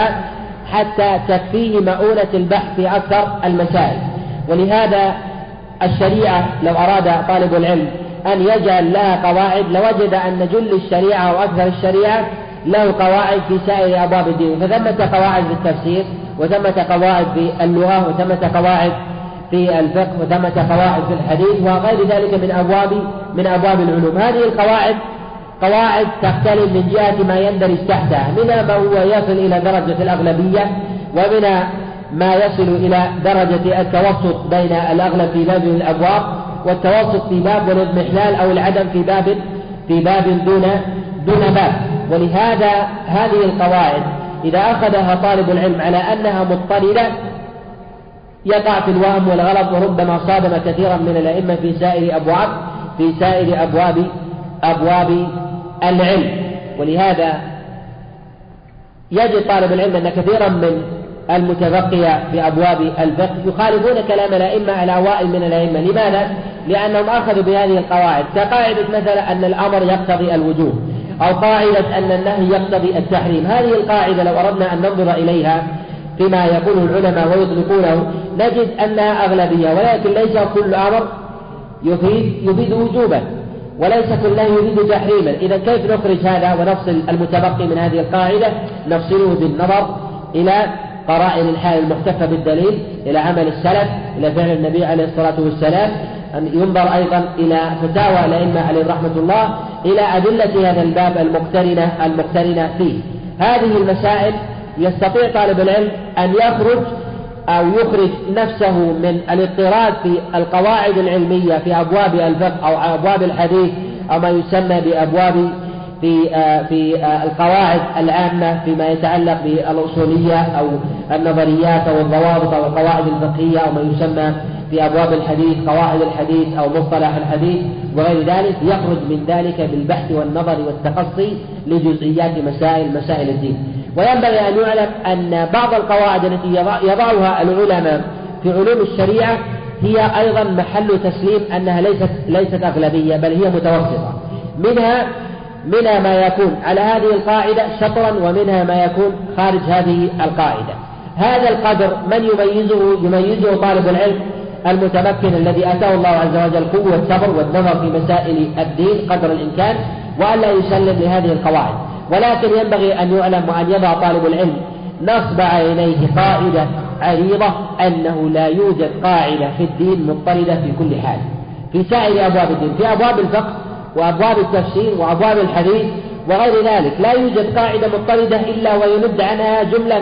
حتى تكفيه مؤونة البحث في أكثر المسائل. ولهذا الشريعة لو أراد طالب العلم أن يجعل لها قواعد لوجد أن جل الشريعة وأكثر الشريعة له قواعد في سائر أبواب الدين، فثمة قواعد في التفسير، وثمة قواعد في اللغة، وثمة قواعد في الفقه، وثمة قواعد في الحديث وغير ذلك من أبواب العلوم. هذه القواعد قواعد تختلف من جهة ما يندرج تحتها، منها ما هو يصل إلى درجة الأغلبية، ومنها ما يصل إلى درجة التوسط بين الأغلب في باب من الأبواب والتوسط في باب، والاضمحلال أو العدم في باب دون باب. ولهذا هذه القواعد إذا أخذها طالب العلم على أنها مضطردة يقع في الوهم والغلط، وربما صادم كثيرا من الأئمة في سائر أبواب العلم. ولهذا يجد طالب العلم أن كثيرا من المتبقية في أبواب الفقه يخالفون كلام الأئمة على أوائل من الأئمة. لماذا؟ لأنهم أخذوا بهذه القواعد، كقاعدة مثلا أن الأمر يقتضي الوجوب، أو قاعدة أن النهي يقتضي التحريم. هذه القاعدة لو أردنا أن ننظر إليها فيما يقوله العلماء ويطلقونه نجد أنها أغلبية، ولكن ليس كل أمر يفيد وجوبا، وليس كل نهي يفيد تحريما. إذا كيف نخرج هذا ونفصل المتبقي من هذه القاعدة؟ نفصله بالنظر إلى قرائن الحال المحتفة بالدليل، إلى عمل السلف، إلى فعل النبي عليه الصلاة والسلام، أن ينظر أيضا إلى فتاوى الأئمة عليهم رحمة الله، إلى أدلة هذا الباب المقترنة فيه. هذه المسائل يستطيع طالب العلم أن يخرج نفسه من الاضطراد في القواعد العلمية في أبواب الفقه أو أبواب الحديث أو ما يسمى بأبواب في القواعد العامة فيما يتعلق بالأصولية أو النظريات أو الضوابط أو القواعد الفقهية أو ما يسمى في أبواب الحديث قواعد الحديث أو مصطلح الحديث وغير ذلك، يخرج من ذلك بالبحث والنظر والتقصي لجزئيات مسائل الدين. وينبغي أن يعلم أن بعض القواعد التي يضعها العلماء في علوم الشريعة هي أيضا محل تسليم أنها ليست أغلبية، بل هي متوسطة. منها ما يكون على هذه القاعدة شطرا، ومنها ما يكون خارج هذه القاعدة. هذا القدر من يميزه طالب العلم المتمكن الذي أتاه الله عز وجل قوة الصبر والنظر في مسائل الدين قدر الإمكان، وألا يسلم لهذه القواعد. ولكن ينبغي أن يعلم وأن يضع طالب العلم نصب عينيه قاعدة عريضة أنه لا يوجد قاعدة في الدين مضطردة في كل حال في سائر أبواب الدين، في أبواب الفقه وأبواب التفسير وأبواب الحديث وغير ذلك لا يوجد قاعدة مضطردة إلا ويند عنها جملة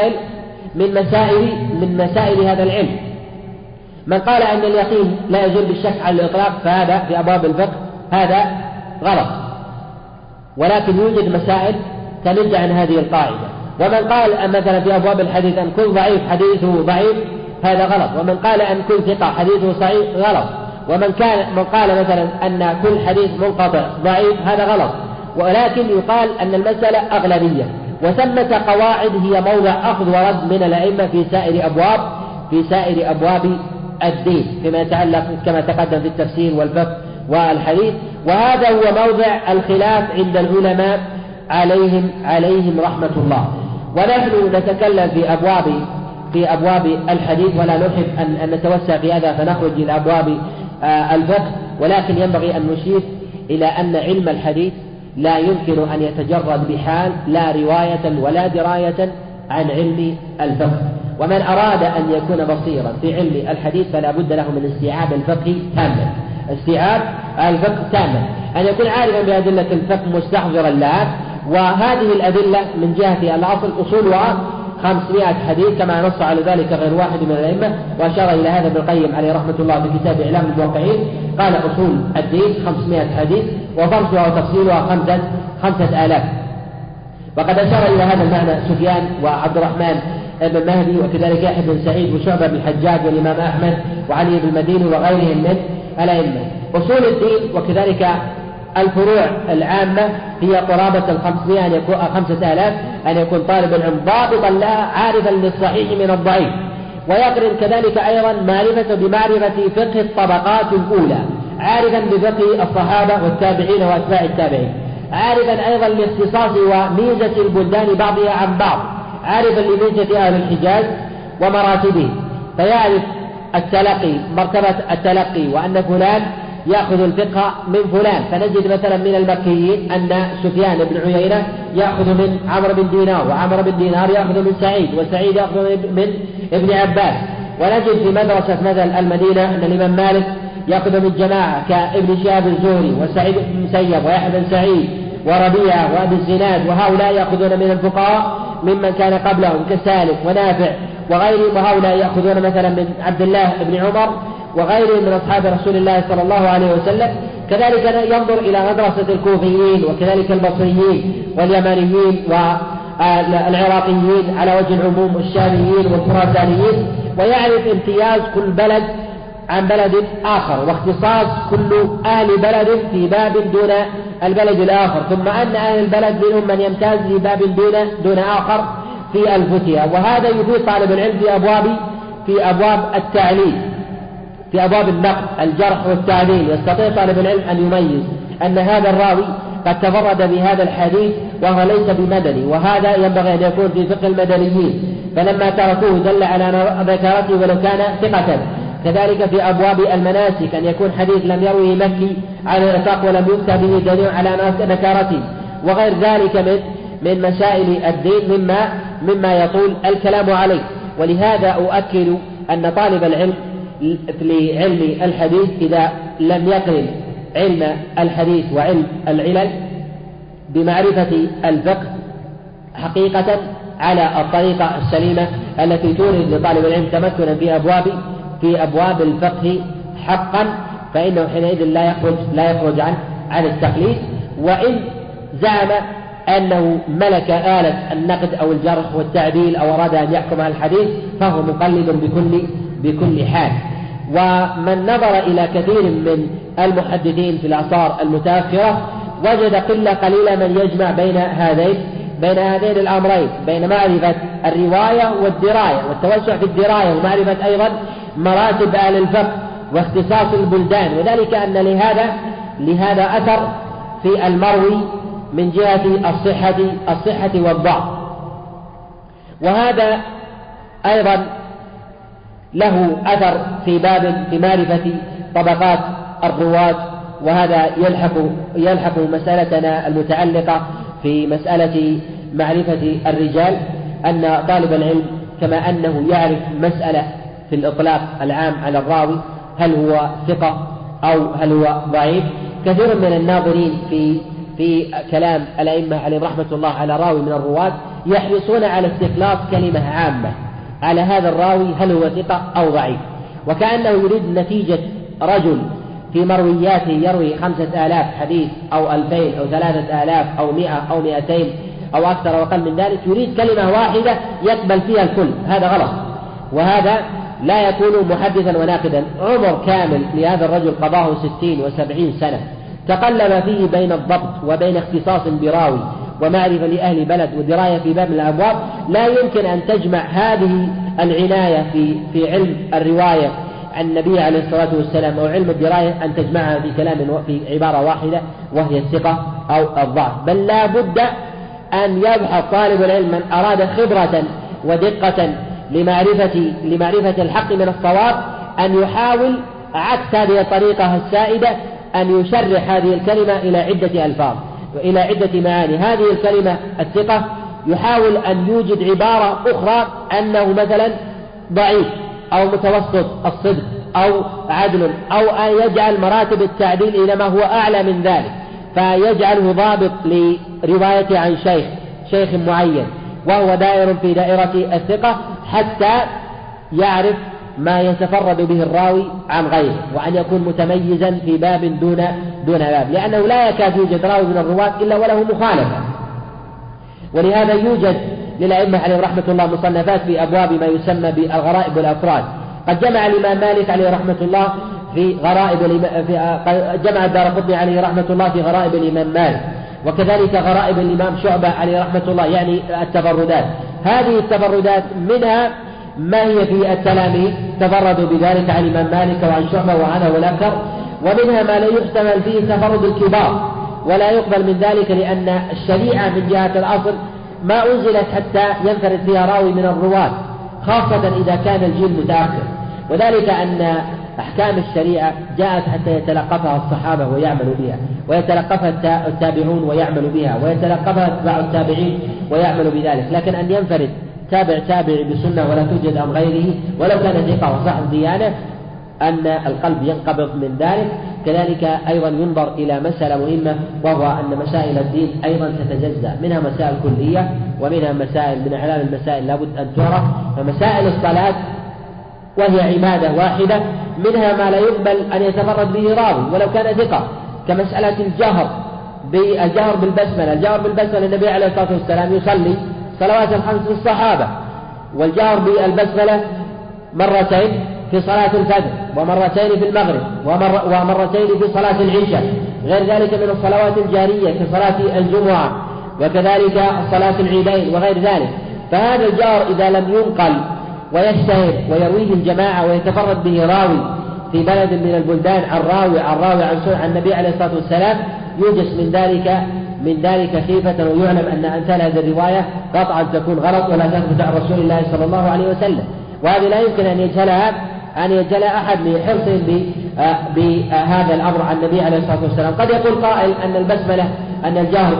من مسائل هذا العلم. من قال أن اليقين لا يزول بالشك على الإطلاق فهذا في أبواب الفقه هذا غلط، ولكن يوجد مسائل تنج عن هذه القاعدة. ومن قال مثلا في أبواب الحديث أن كل ضعيف حديثه ضعيف هذا غلط، ومن قال أن كل ثقة حديثه صحيح غلط، ومن قال مثلا أن كل حديث منقطع ضعيف هذا غلط. ولكن يقال أن المسألة أغلبية، وثمة قواعد هي موضع أخذ ورد من الأئمة في سائر أبواب الدين فيما يتعلق كما تقدم في التفسير والفقه والحديث. وهذا هو موضع الخلاف عند العلماء عليهم رحمة الله. ونحن نتكلم في أبواب الحديث، ولا نحب أن نتوسع في هذا فنخرج إلى أبواب الفقه، ولكن ينبغي أن نشير إلى أن علم الحديث لا يمكن أن يتجرد بحال لا رواية ولا دراية عن علم الفقه. ومن أراد أن يكون بصيرا في علم الحديث فلا بد له من استيعاب الفقه تاما، أن يكون عارفا بأدلة الفقه مستحضرا لها. وهذه الأدلة من جهة الأصل أصولها 500 حديث كما نص على ذلك غير واحد من الأئمة، وأشار إلى هذا ابن القيم عليه رحمة الله في كتاب إعلام الموقعين، قال أصول الدين 500 حديث وفرشها وتفصيلها 5000. وقد أشار إلى هذا المعنى سفيان وعبد الرحمن بن مهدي، وكذلك يحيى بن سعيد وشعبة بن الحجاج والإمام أحمد وعلي بن المديني وغيرهم من الأئمة. أصول الدين وكذلك الفروع العامة هي قرابة 500 أن يكون 5000، أن يكون طالب العلم ضابطا لها عارفا للصحيح من الضعيف، ويقرن كذلك أيضا بمعرفة فقه الطبقات الأولى، عارفا بفقه الصحابة والتابعين وأتباع التابعين، عارفا أيضا لاختصاص وميزة البلدان بعضها عن بعض، عارفا لميزة أهل الحجاز ومراتبه، فيعرف مرتبة التلقي وأن فلان يأخذ الفقه من فلان. فنجد مثلا من المكيين أن سفيان بن عيينة يأخذ من عمرو بن دينار، وعمرو بن دينار يأخذ من سعيد، وسعيد يأخذ من ابن عباس. ونجد في مدرسة مثلا المدينة أن الإمام مالك يأخذ من جماعة كابن شهاب الزهري وسعيد بن مسيب ويحيى بن سعيد وربيعة وأبي الزناد، وهؤلاء يأخذون من الفقهاء ممن كان قبلهم كسالك ونافع وغيرهم، وهؤلاء يأخذون مثلا من عبد الله بن عمر وغيرهم من أصحاب رسول الله صلى الله عليه وسلم. كذلك ينظر إلى مدرسة الكوفيين وكذلك البصريين واليمانيين والعراقيين على وجه العموم والشاميين والخراسانيين، ويعرف امتياز كل بلد عن بلد آخر، واختصاص كل أهل بلد في باب دون البلد الآخر، ثم أن أهل البلد منهم من يمتاز في باب دون آخر في الفتية. وهذا يفيد طالب العلم في أبواب التعليل، في أبواب النقد الجرح والتعديل. يستطيع طالب العلم أن يميز أن هذا الراوي قد تفرد بهذا الحديث وهو ليس بمدني، وهذا ينبغي أن يكون في فقه المدنيين، فلما تركوه دل على ذكرته ولو كان ثقة. كذلك في أبواب المناسك أن يكون حديث لم يروه مكي على الإطلاق ولم يؤتى به دليل على نكارته، وغير ذلك من مسائل الدين مما يطول الكلام عليه. ولهذا أؤكد أن طالب العلم لعلم الحديث إذا لم يقرن علم الحديث وعلم العلل بمعرفة الفقه حقيقة على الطريقة السليمة التي تورد لطالب العلم تمكنا في أبواب الفقه حقا، فإنه حينئذ لا يخرج عن التقليد. وإن زعم أنه ملك آلة النقد أو الجرح والتعديل أو أراد أن يحكم على الحديث فهو مقلد بكل حال. ومن نظر إلى كثير من المحدثين في الأعصار المتأخرة وجد قلة قليلة من يجمع بين هذين الأمرين، بين معرفة الرواية والدراية والتوسع في الدراية، ومعرفة أيضا مراتب أهل الفقه واختصاص البلدان، وذلك أن لهذا أثر في المروي من جهة الصحة والضعف، وهذا أيضا له أثر في معرفة طبقات الرواة. وهذا يلحق مسألتنا المتعلقة في مسألة معرفة الرجال، أن طالب العلم كما أنه يعرف مسألة في الإطلاق العام على الراوي هل هو ثقة أو هل هو ضعيف، كثير من الناظرين في كلام الأئمة عليهم رحمة الله على راوي من الرواة يحرصون على استخلاص كلمة عامة على هذا الراوي هل هو ثقة أو ضعيف، وكأنه يريد نتيجة رجل في مروياته يروي 5000 حديث أو 2000 أو 3000 أو 100 أو 200 أو أكثر أو أقل من ذلك، يريد كلمة واحدة يقبل فيها الكل. هذا غلط، وهذا لا يكون محدثا وناقدا. عمر كامل لهذا الرجل قضاه 60 و70 سنة، تقلب فيه بين الضبط وبين اختصاص براوي ومعرفة لأهل بلد ودراية في باب من الأبواب، لا يمكن أن تجمع هذه العناية في علم الرواية عن النبي عليه الصلاة والسلام أو علم الدراية أن تجمعها في كلام في عبارة واحدة وهي الثقة أو الضعف، بل لا بد أن يبحث طالب العلم من أراد خبرة ودقة لمعرفة الحق من الصواب أن يحاول عكس هذه الطريقة السائدة، أن يشرح هذه الكلمة إلى عدة ألفاظ وإلى عدة معاني. هذه الكلمة الثقة يحاول أن يوجد عبارة أخرى أنه مثلا ضعيف أو متوسط الصدق أو عدل، أو أن يجعل مراتب التعديل إلى ما هو أعلى من ذلك، فيجعله ضابط لرواية عن شيخ معين وهو دائر في دائرة الثقة، حتى يعرف ما يتفرد به الراوي عن غيره، وأن يكون متميزا في باب دون باب، لأنه لا يكاد يوجد راوي من الرواة إلا وله مخالفة. ولهذا يوجد للأئمة عليه رحمة الله مصنفات في أبواب ما يسمى بالغرائب والأفراد. قد جمع الإمام مالك عليه رحمة الله في جمع الدارقطني عليه رحمة الله في غرائب الإمام مالك، وكذلك غرائب الإمام شعبة عليه رحمة الله، يعني التفردات. هذه التفردات منها ما هي في التلاميذ تفردوا بذلك عن الإمام مالك وعن شعبة وعنه والأكثر، ومنها ما لا يحتمل فيه تفرد الكبار ولا يقبل من ذلك، لأن الشريعة من جهة الأصل ما أنزلت حتى ينفرد فيها راوي من الرواة، خاصة إذا كان الجيل متأخر، وذلك أن أحكام الشريعة جاءت حتى يتلقفها الصحابة ويعملوا بها، ويتلقفها التابعون ويعملوا بها، ويتلقفها أتباع التابعين ويعملوا بذلك. لكن أن ينفرد تابعي بسنة ولا توجد عن غيره ولو كان ثقة وصاحب ديانة، أن القلب ينقبض من ذلك. كذلك أيضا ينظر إلى مسألة مهمة، وهو أن مسائل الدين أيضا تتجزأ، منها مسائل كلية ومنها مسائل من أعلام المسائل لابد أن تعرف. فمسائل الصلاة وهي عبادة واحدة منها ما لا يقبل أن يتفرد به راوي ولو كان ثقة، كمسألة الجهر بالبسملة. الجهر بالبسملة النبي عليه الصلاة والسلام يصلي صلوات الخمس للصحابة، والجهر بالبسملة مرتين في صلاة الفجر، ومرتين في المغرب، ومرتين في صلاة العشاء، غير ذلك من الصلوات الجارية كصلاة الجمعة، وكذلك صلاة العيدين وغير ذلك. فهذا الجهر إذا لم ينقل ويشتهر ويرويه الجماعة ويتفرد به راوي في بلد من البلدان عن راوي عن النبي عليه الصلاة والسلام، يوجس من ذلك خيفة، ويعلم أن أمثال هذه الرواية قطعا تكون غلط ولا تثبت عن رسول الله صلى الله عليه وسلم. وهذه لا يمكن أن يجهلها أحد لحرص بهذا الأمر عن النبي عليه الصلاة والسلام. قد يقول قائل أن البسملة أن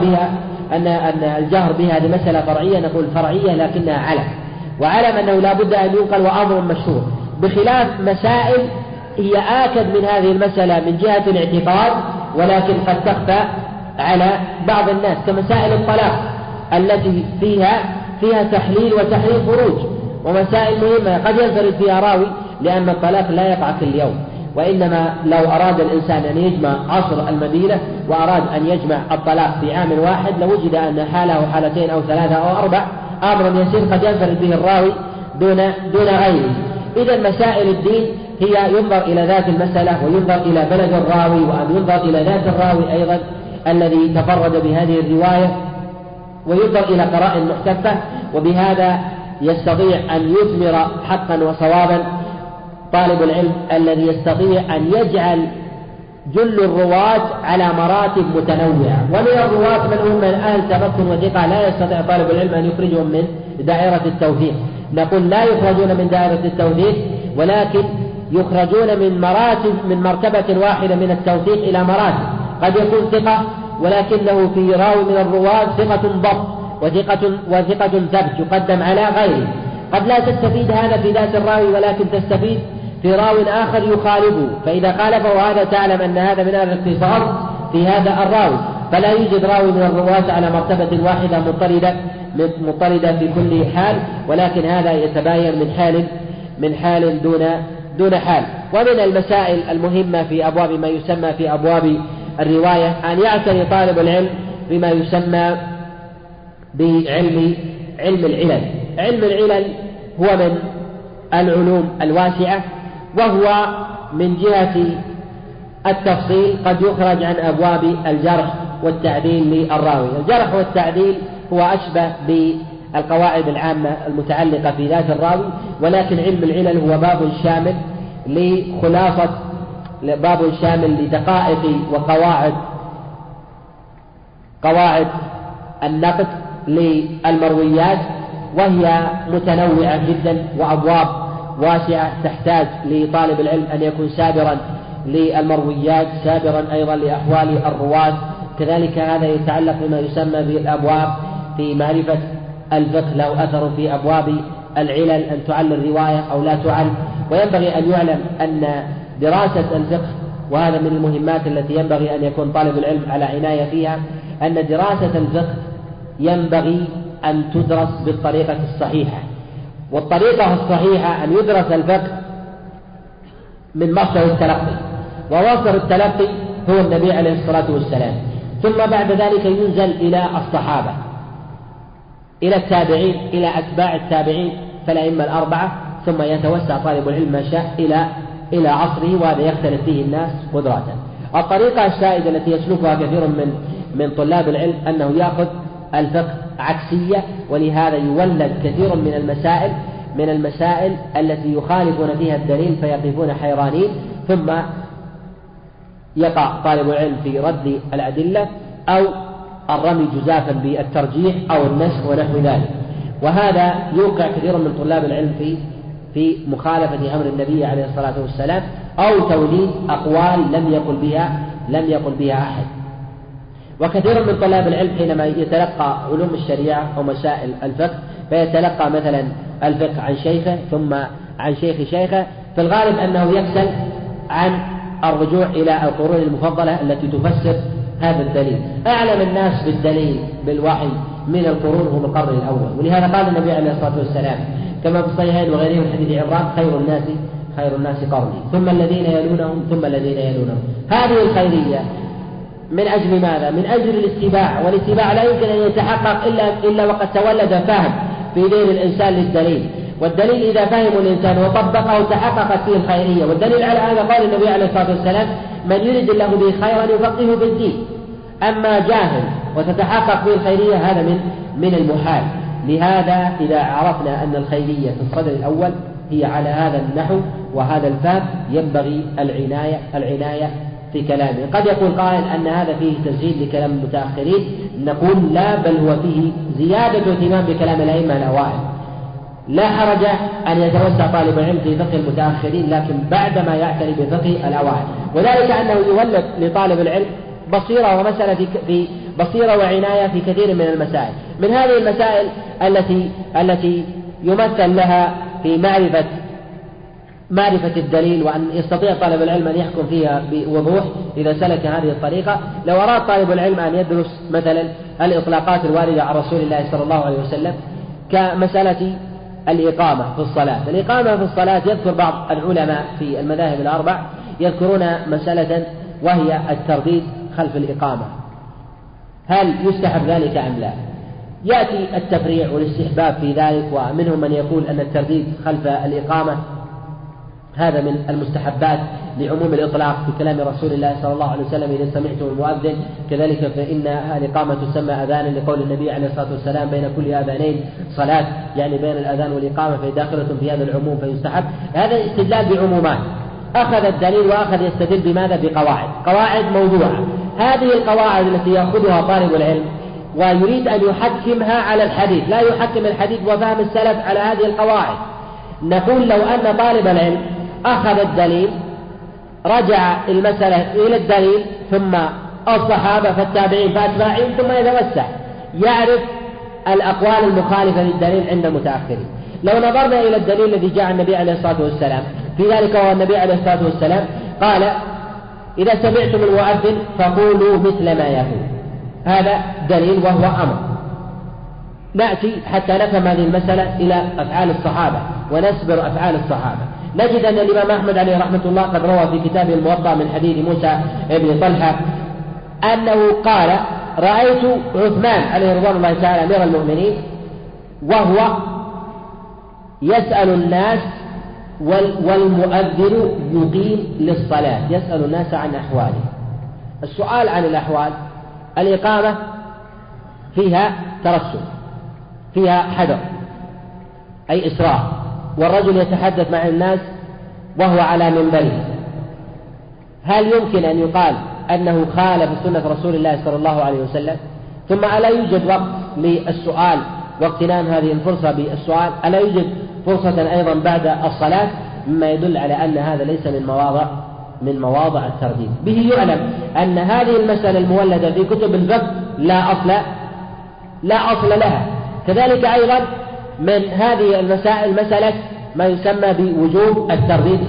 الجهر بها هذه مسألة فرعية، نقول فرعية لكنها علم، وعلم أنه لا بد أن ينقل وأمر مشهور، بخلاف مسائل هي آكد من هذه المسألة من جهة الاعتقاد ولكن قد تخفى على بعض الناس، كمسائل الطلاق التي فيها تحليل وتحريم فروج، ومسائل مهمة قد ينفرد فيها راوي، لأن الطلاق لا يقع كل يوم، وإنما لو أراد الإنسان أن يجمع عصر المدينة وأراد أن يجمع الطلاق في عام واحد لوجد أن حاله حالتين أو ثلاثة أو أربع، أمر يسير قد ينفرد به الراوي دون غيره. إذا مسائل الدين هي ينظر إلى ذات المسألة، وينظر إلى بلد الراوي، وأن ينظر إلى ذات الراوي أيضا الذي تفرد بهذه الرواية، وينظر إلى قرائن محتفة، وبهذا يستطيع أن يثمر حقا وصوابا طالب العلم الذي يستطيع أن يجعل جل الرواة على مراتب متنوعة. ومن الرواة من هم من أهل تمكن وثقة لا يستطيع طالب العلم أن يخرجهم من دائرة التوثيق، نقول لا يخرجون من دائرة التوثيق، ولكن يخرجون من مرتبة واحدة من التوثيق إلى مراتب. قد يكون ثقة ولكنه في راوي من الرواة ثقة ضبط وثقة ثبت يقدم على غيره. قد لا تستفيد هذا في ذات الراوي، ولكن تستفيد في راو آخر يخالفه، فإذا خالفه هذا تعلم أن هذا من الاختصاص في هذا الراوي، فلا يوجد راوي من الرواة على مرتبة واحدة مضطردة في كل حال، ولكن هذا يتباين من حال دون حال. ومن المسائل المهمة في أبواب ما يسمى في أبواب الرواية أن يعتني طالب العلم بما يسمى بعلم العلل. علم العلل هو من العلوم الواسعة، وهو من جهة التفصيل قد يخرج عن أبواب الجرح والتعديل للراوي. الجرح والتعديل هو أشبه بالقواعد العامة المتعلقة في ذات الراوي، ولكن علم العلل هو باب شامل لدقائق قواعد النقد للمرويات، وهي متنوعة جدا وأبواب واسعة تحتاج لطالب العلم أن يكون سابرا للمرويات، سابرا أيضا لأحوال الرواة. كذلك هذا يتعلق بما يسمى بالأبواب في معرفة الفقه، له أثر في أبواب العلل أن تعل الرواية أو لا تعل. وينبغي أن يعلم أن دراسة الفقه، وهذا من المهمات التي ينبغي أن يكون طالب العلم على عناية فيها، أن دراسة الفقه ينبغي أن تدرس بالطريقة الصحيحة. والطريقة الصحيحة أن يدرس الفقه من مصدر التلقي، ومصدر التلقي هو النبي عليه الصلاة والسلام، ثم بعد ذلك ينزل إلى الصحابة، إلى التابعين، إلى أتباع التابعين فالأئمة الأربعة، ثم يتوسع طالب العلم ما شاء إلى عصره، وهذا يختلف فيه الناس قدرة. الطريقة السائدة التي يسلكها كثير من طلاب العلم أنه يأخذ الفقه عكسية، ولهذا يولد كثير من المسائل التي يخالفون فيها الدليل فيقفون حيرانين، ثم يقع طالب العلم في رد الأدلة أو الرمي جزافا بالترجيح أو النسخ ونحو ذلك. وهذا يوقع كثير من طلاب العلم في مخالفة أمر النبي عليه الصلاة والسلام، أو توليد أقوال لم يقل بها أحد. وكثير من طلاب العلم حينما يتلقى علوم الشريعة أو مسائل الفقه فيتلقى مثلا الفقه عن شيخه ثم عن شيخه، في الغالب أنه يكسل عن الرجوع إلى القرون المفضلة التي تفسر هذا الدليل. أعلم الناس بالدليل بالوحي من القرون هم القرن الأول، ولهذا قال النبي عليه الصلاة والسلام كما في الصحيحين وغيرهم من حديث عمران: خير الناس قرني ثم الذين يلونهم ثم الذين يلونهم. هذه الخيرية من أجل ماذا؟ من أجل الاتباع، والاتباع لا يمكن أن يتحقق إلا وقد تولد فهم في ذهن الإنسان للدليل، والدليل إذا فهم الإنسان وطبقه تحققت فيه الخيرية. والدليل على هذا قال النبي عليه الصلاة والسلام: من يرد الله به خيرا يفقهه في الدين. أما جاهل وتتحقق فيه الخيرية هذا من المحال. لهذا إذا عرفنا أن الخيرية في الصدر الأول هي على هذا النحو وهذا الفهم ينبغي العناية في كلامه. قد يقول قائل أن هذا فيه تسجيل لكلام المتأخرين، نقول لا، بل هو فيه زيادة اهتمام بكلام الأئمة الأوائل. لا حرج أن يتوسع طالب العلم في فقه المتأخرين، لكن بعدما يعتني بفقه الأوائل، وذلك أنه يولد لطالب العلم بصيرة وعناية في كثير من المسائل. من هذه المسائل التي يمثل لها في معرفة الدليل، وأن يستطيع طالب العلم أن يحكم فيها بوضوح إذا سلك هذه الطريقة. لو أراد طالب العلم أن يدرس مثلا الإطلاقات الواردة عن رسول الله صلى الله عليه وسلم كمسألة الإقامة في الصلاة. الإقامة في الصلاة يذكر بعض العلماء في المذاهب الأربع يذكرون مسألة وهي الترديد خلف الإقامة، هل يستحب ذلك أم لا؟ يأتي التفريع والاستحباب في ذلك، ومنهم من يقول أن الترديد خلف الإقامة هذا من المستحبات لعموم الإطلاق في كلام رسول الله صلى الله عليه وسلم: إذا سمعتم المؤذن كذلك فإن الإقامة تسمى أذانا، لقول النبي عليه الصلاة والسلام: بين كل أذانين صلاة، يعني بين الأذان والإقامة، فداخلة في هذا العموم فيستحب. هذا استدلال بعمومات، أخذ الدليل وأخذ يستدل بماذا؟ قواعد موضوعة. هذه القواعد التي يأخذها طالب العلم ويريد أن يحكمها على الحديث، لا يحكم الحديث وفهم السلف على هذه القواعد. نقول لو أن طالب العلم أخذ الدليل رجع المسألة إلى الدليل ثم الصحابة فالتابعين فأتباعين، ثم يتوسع يعرف الأقوال المخالفة للدليل عند المتأخرين. لو نظرنا إلى الدليل الذي جاء النبي عليه الصلاة والسلام في ذلك، وهو النبي عليه الصلاة والسلام قال: إذا سمعتم المؤذن فقولوا مثل ما يقول. هذا دليل وهو أمر. نأتي حتى نفهم هذه المسألة إلى أفعال الصحابة ونسبر أفعال الصحابة. نجد أن الإمام أحمد عليه رحمة الله قد روى في كتابه الموطأ من حديث موسى بن طلحة أنه قال: رأيت عثمان عليه رضوان الله تعالى أمير المؤمنين وهو يسأل الناس والمؤذن يقيم للصلاة، يسأل الناس عن أحواله. السؤال عن الأحوال الإقامة فيها ترسل، فيها حذر أي إسراع، والرجل يتحدث مع الناس وهو على منبره، هل يمكن أن يقال أنه خالف سنة رسول الله صلى الله عليه وسلم؟ ثم ألا يوجد وقت للسؤال واغتنام هذه الفرصة بالسؤال؟ ألا يوجد فرصة أيضا بعد الصلاة؟ مما يدل على أن هذا ليس من مواضع الترديد. به يعلم أن هذه المسألة المولدة في كتب الفقه لا أصل لها. كذلك أيضا من هذه المسائل مسألة ما يسمى بوجوب الترديد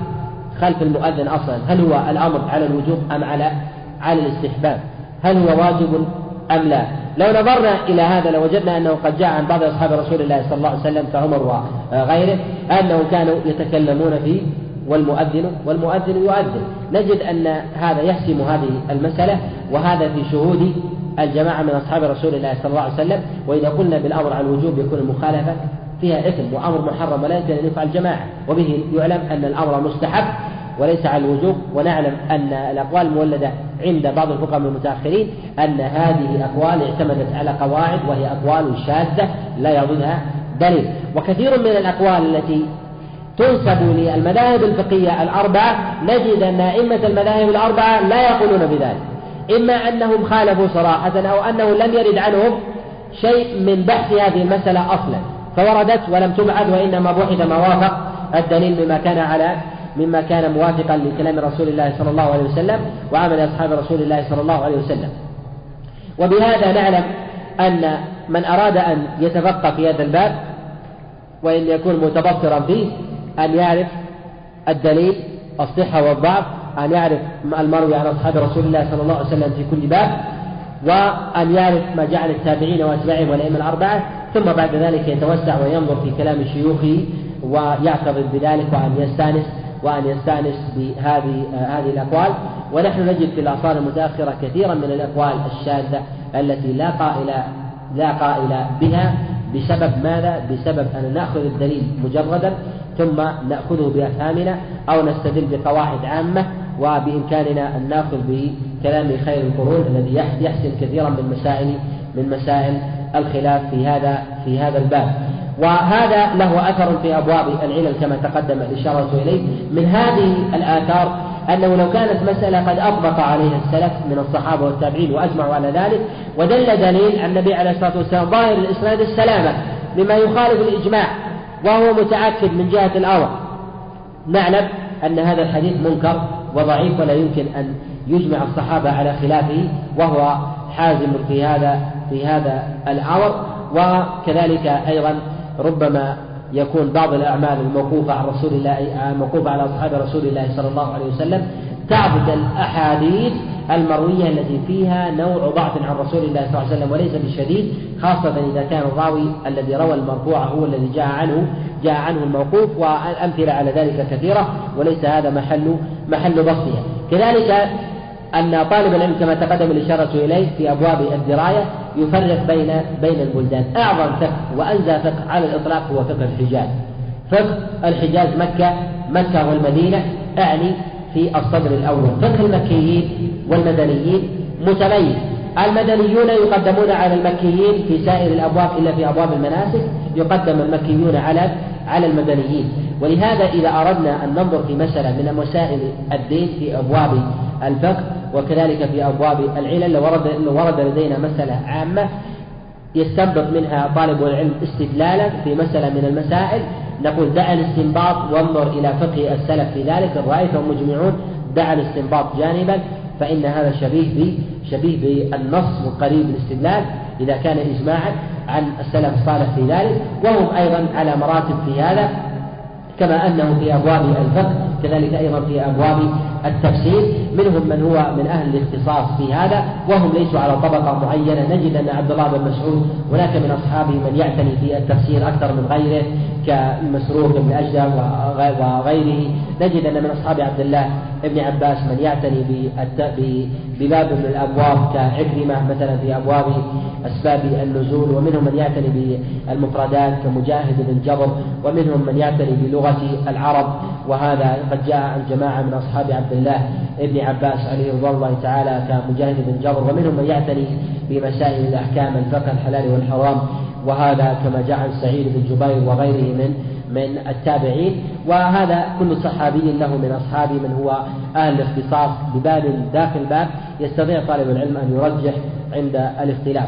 خلف المؤذن أصلا، هل هو الأمر على الوجوب أم على الاستحباب؟ هل هو واجب أم لا؟ لو نظرنا إلى هذا لوجدنا أنه قد جاء عن بعض أصحاب رسول الله صلى الله عليه وسلم كعمر وغيره أنه كانوا يتكلمون فيه والمؤذن يؤذن. نجد أن هذا يحسم هذه المسألة، وهذا في شهود الجماعة من أصحاب رسول الله صلى الله عليه وسلم. وإذا قلنا بالأمر على الوجوب يكون المخالفة فيها إثم وأمر محرم ولا يمكن أن يفعل جماعة، وبه يعلم أن الأمر مستحب وليس على الوجوب. ونعلم أن الأقوال المولدة عند بعض الفقهاء المتأخرين أن هذه الأقوال اعتمدت على قواعد وهي أقوال شاذة لا يعضدها دليل. وكثير من الأقوال التي تنسب للمذاهب الفقهية الأربعة نجد أن أئمة المذاهب الأربعة لا يقولون بذلك، إما أنهم خالفوا صراحة أو أنه لم يرد عنهم شيء من بحث هذه المسألة أصلا فوردت ولم تبعد، وإنما بحث ما وافق الدليل مما كان موافقا لكلام رسول الله صلى الله عليه وسلم وعمل أصحاب رسول الله صلى الله عليه وسلم. وبهذا نعلم أن من أراد أن يتفقه في هذا الباب وإن يكون متبصرا فيه أن يعرف الدليل الصحة والضعف، أن يعرف المروي عن أصحاب رسول الله صلى الله عليه وسلم في كل باب، وأن يعرف ما جعل التابعين وأتباعهم والأئمة الأربعة، ثم بعد ذلك يتوسع وينظر في كلام شيوخه ويعتقد بذلك وأن يستأنس بهذه الأقوال. ونحن نجد في الأعصار المتأخرة كثيرا من الأقوال الشاذة التي لا قائل بها. بسبب ماذا؟ بسبب أن نأخذ الدليل مجردا ثم نأخذه بأفهامنا أو نستدل بقواعد عامة، وبإمكاننا أن نأخذ بكلام خير القرون الذي يحسم كثيرا من مسائل الخلاف في هذا الباب. وهذا له أثر في أبواب العلل كما تقدم الإشارة إليه. من هذه الآثار أنه لو كانت مسألة قد أطبق عليها السلف من الصحابة والتابعين وأجمعوا على ذلك، ودل دليل عن النبي عليه الصلاة والسلام ظاهر الإسناد السلامة مما يخالف الإجماع وهو متأكد من جهة الأمر، نعلم أن هذا الحديث منكر وضعيف ولا يمكن أن يجمع الصحابة على خلافه، وهو حازم في هذا الأمر. وكذلك أيضا ربما يكون بعض الأعمال الموقوفة على أصحاب رسول الله صلى الله عليه وسلم تعبد الأحاديث المروية التي فيها نوع ضعف عن رسول الله صلى الله عليه وسلم وليس بالشديد، خاصة إذا كان الراوي الذي روى المرفوع هو الذي جاء عنه الموقوف، والأمثلة على ذلك كثيرة وليس هذا محل بسطها. كذلك أن طالب العلم كما تقدم الإشارة إليه في أبواب الدراية يفرق بين البلدان. أعظم فقه وأنزى فقه على الإطلاق هو فقه الحجاز. فقه الحجاز مكة والمدينة، أعني في الصدر الأول. فقه المكيين والمدنيين متميز، المدنيون يقدمون على المكيين في سائر الأبواب إلا في أبواب المناسك يقدم المكيون على المدنيين. ولهذا إذا أردنا أن ننظر في مسألة من مسائل الدين في أبواب الفقه وكذلك في أبواب العلل، لو ورد لدينا مسألة عامة يستنبط منها طالب العلم استدلالا في مسألة من المسائل، نقول دع الاستنباط وانظر إلى فقه السلف في ذلك، إن رأيتهم مجمعون دع الاستنباط جانبا، فإن هذا شبيه بالنص وقريب الاستدلال إذا كان إجماعا عن السلف الصالح في ذلك. وهم أيضا على مراتب في هذا كما أنه في أبواب الفقه كذلك أيضا في أبواب التفسير، منهم من هو من أهل الاختصاص في هذا وهم ليسوا على طبقة معينة. نجد أن عبد الله بن مسعود هناك من أصحابه من يعتني في التفسير أكثر من غيره كمسروق بن أجدع وغيره. نجد أن من أصحاب عبد الله بن عباس من يعتني بباب من الأبواب كعكرمة مثلا في أبواب أسباب النزول، ومنهم من يعتني بالمفردات كمجاهد بن جبر، ومنهم من يعتني بلغة العرب، وهذا قد جاء عن جماعة من أصحاب عبد الله بن عباس عليه رضوان الله تعالى كمجاهد بن جبر، ومنهم من يعتني بمسائل الأحكام الفقه الحلال والحرام، وهذا كما جاء عن سعيد بن جبير وغيره من التابعين. وهذا كل صحابي له من أصحابه من هو أهل الاختصاص بباب داخل باب يستطيع طالب العلم أن يرجح عند الاختلاف.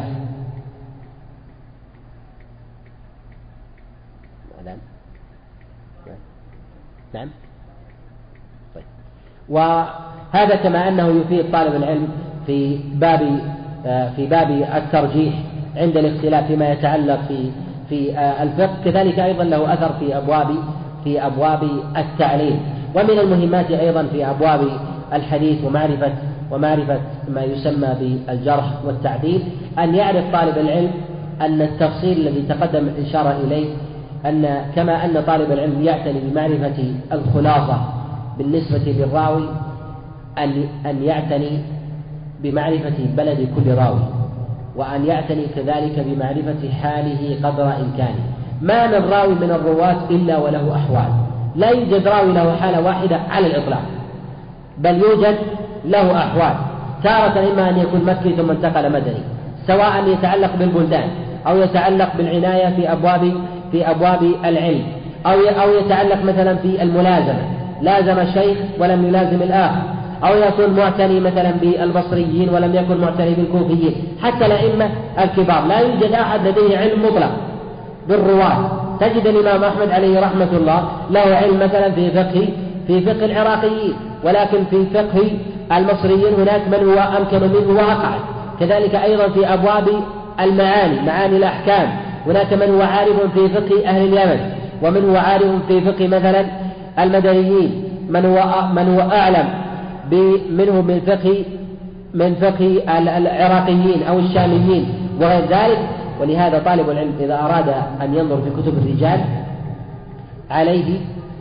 نعم. طيب. وهذا كما أنه يفيد طالب العلم في باب الترجيح عند الاختلاف فيما يتعلق في الفقه، كذلك أيضا له أثر في أبواب التعليل. ومن المهمات أيضا في أبواب الحديث ومعرفة ما يسمى بالجرح والتعديل أن يعرف طالب العلم أن التفصيل الذي تقدم الإشارة إليه، أن كما أن طالب العلم يعتني بمعرفة الخلاصة بالنسبة للراوي، أن يعتني بمعرفة بلد كل راوي، وأن يعتني كذلك بمعرفة حاله قدر إمكانه. ما من راوي من الرواة إلا وله أحوال، لا يوجد راوي له حالة واحدة على الإطلاق، بل يوجد له أحوال. تارة إما أن يكون مكي ثم انتقل مدني، سواء يتعلق بالبلدان أو يتعلق بالعناية في أبواب العلم، أو يتعلق مثلا في الملازمة، لازم شيخ ولم يلازم الآخر، أو يكون معتني مثلا بالبصريين ولم يكن معتني بالكوفيين. حتى الأئمة الكبار لا يوجد أحد لديه علم مطلق بالرواة. تجد الإمام أحمد عليه رحمة الله له علم مثلا في فقه العراقيين، ولكن في فقه المصريين هناك من هو أمكن منه وأقعد. كذلك أيضا في أبواب معاني الأحكام، هناك من هو عارف في فقه أهل اليمن، ومن هو عارف في فقه مثلا المدنيين، من هو أعلم منه من فقه العراقيين أو الشاميين وغير ذلك. ولهذا طالب العلم إذا أراد أن ينظر في كتب الرجال عليه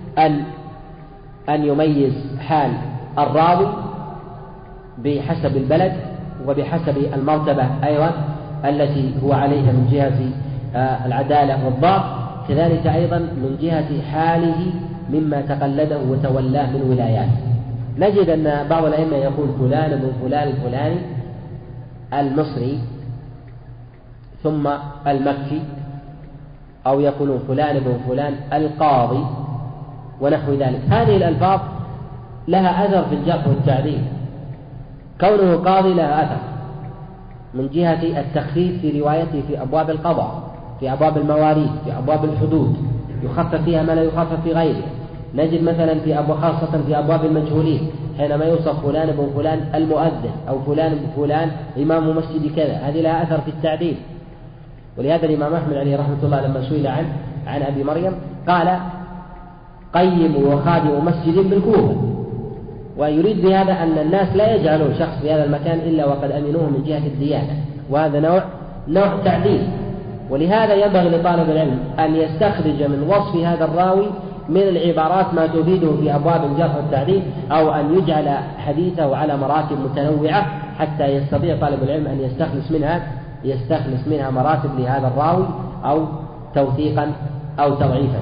أن يميز حال الراوي بحسب البلد وبحسب المرتبة أيضا التي هو عليها من جهة العدالة والضبط، كذلك أيضا من جهة حاله مما تقلده وتولاه من ولايات. نجد أن بعض الأئمة يقول فلان بن فلان الفلاني المصري ثم المكي، أو يقولون فلان بن فلان القاضي ونحو ذلك. هذه الألفاظ لها أثر في الجرح والتعديل، كونه قاضي لها أثر من جهة التخفيف في روايته في أبواب القضاء، في أبواب المواريث، في أبواب الحدود، يخفف فيها ما لا يخفف في غيره. نجد مثلا خاصة في أبواب المجهولين حينما يوصف فلان بن فلان المؤذن أو فلان بن فلان إمام مسجد كذا، هذه لها أثر في التعديل. ولهذا الإمام أحمد عليه رحمة الله لما سئل عن أبي مريم قال قيم وخادم مسجد بالكوفة، ويريد بهذا أن الناس لا يجعلون شخص في هذا المكان إلا وقد أمنوه من جهة الديانة، وهذا نوع تعديل. ولهذا ينبغي لطالب العلم أن يستخرج من وصف هذا الراوي من العبارات ما تفيده في أبواب الجرح والتعديل، أو أن يجعل حديثه على مراتب متنوعة حتى يستطيع طالب العلم أن يستخلص منها مراتب لهذا الراوي، أو توثيقا أو تضعيفا.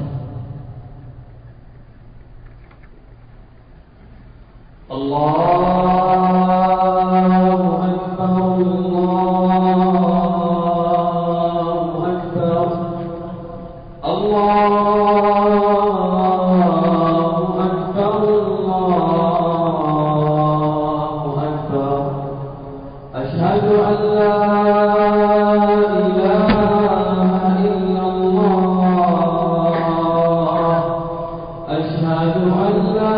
الله أكبر الله أكبر الله أكبر الله أكبر. أشهد أن لا إله إلا الله. أشهد أن لا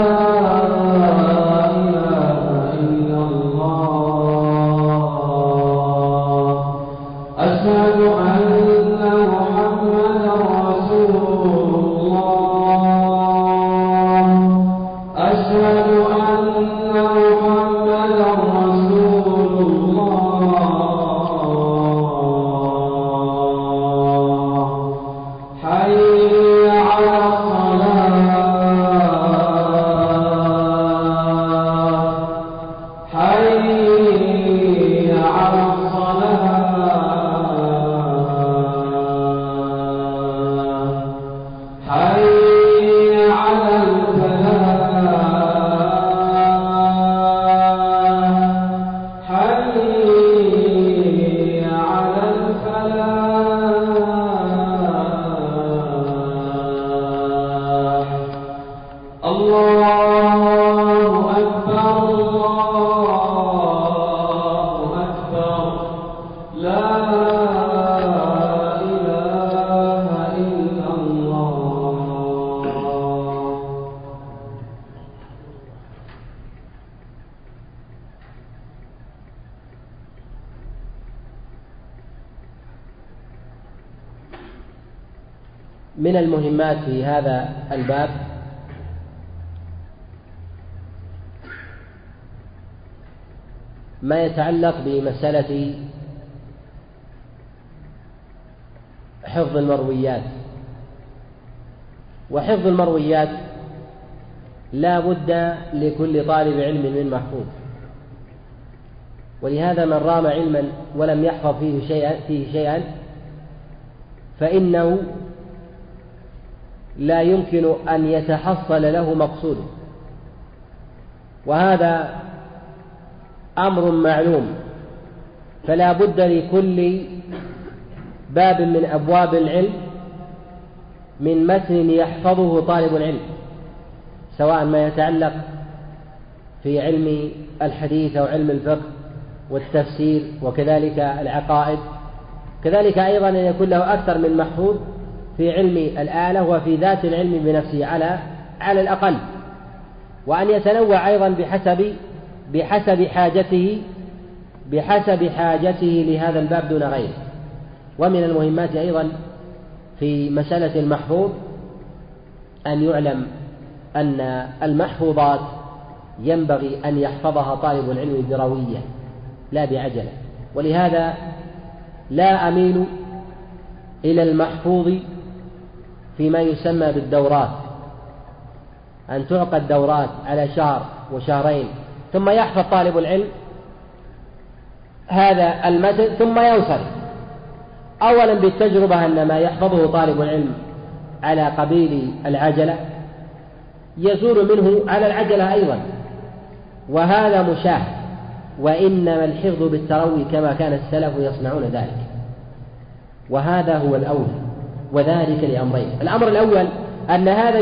أشهد أن محمدا رسول الله. أشهد أن محمدا رسول الله. حي على الصلاة. حي على الصلاة. من المهمات في هذا الباب ما يتعلق بمسألة حفظ المرويات. وحفظ المرويات لا بد لكل طالب علم من محفوظ، ولهذا من رام علما ولم يحفظ فيه شيئا فإنه لا يمكن أن يتحصل له مقصوده، وهذا أمر معلوم. فلا بد لكل باب من أبواب العلم من متن يحفظه طالب العلم، سواء ما يتعلق في علم الحديث أو علم الفقه والتفسير وكذلك العقائد. كذلك أيضا أن يكون له أكثر من محفوظ في علم الآلة وفي ذات العلم بنفسه على الأقل، وأن يتنوع أيضا بحسب حاجته لهذا الباب دون غيره. ومن المهمات أيضا في مسألة المحفوظ أن يعلم أن المحفوظات ينبغي أن يحفظها طالب العلم بروية لا بعجلة، ولهذا لا أميل إلى المحفوظ فيما يسمى بالدورات، أن تعقد دورات على شهر وشهرين ثم يحفظ طالب العلم هذا المتن ثم ينصرف. أولا بالتجربة أن ما يحفظه طالب العلم على قبيل العجلة يزول منه على العجلة أيضا، وهذا مشاهد. وإنما الحفظ بالتروي كما كان السلف يصنعون ذلك، وهذا هو الأولى، وذلك لأمرين. الأمر الأول أن هذا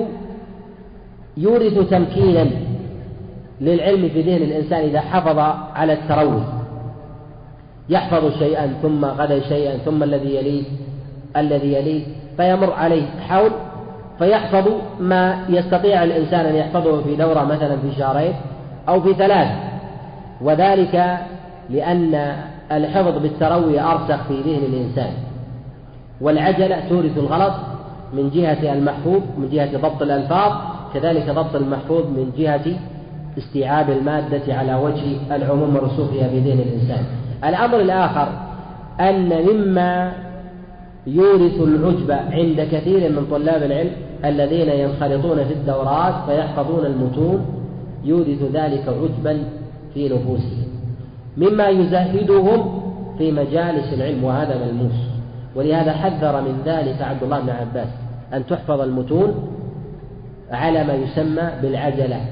يورث تمكينا للعلم في ذهن الإنسان إذا حفظ على التروي، يحفظ شيئا ثم غدا شيئا ثم الذي يليه فيمر عليه حول فيحفظ ما يستطيع الإنسان أن يحفظه في دورة مثلا في شهرين أو في 3، وذلك لأن الحفظ بالتروي أرسخ في ذهن الإنسان، والعجلة تورث الغلط من جهة المحفوظ من جهة ضبط الألفاظ، كذلك ضبط المحفوظ من جهة استيعاب المادة على وجه العموم ورسوخها في ذهن الإنسان. الأمر الآخر أن مما يورث العجب عند كثير من طلاب العلم الذين ينخرطون في الدورات فيحفظون المتون، يورث ذلك عجبا في نفوسهم مما يزهدهم في مجالس العلم، وهذا ملموس. ولهذا حذر من ذلك عبد الله بن عباس أن تحفظ المتون على ما يسمى بالعجلة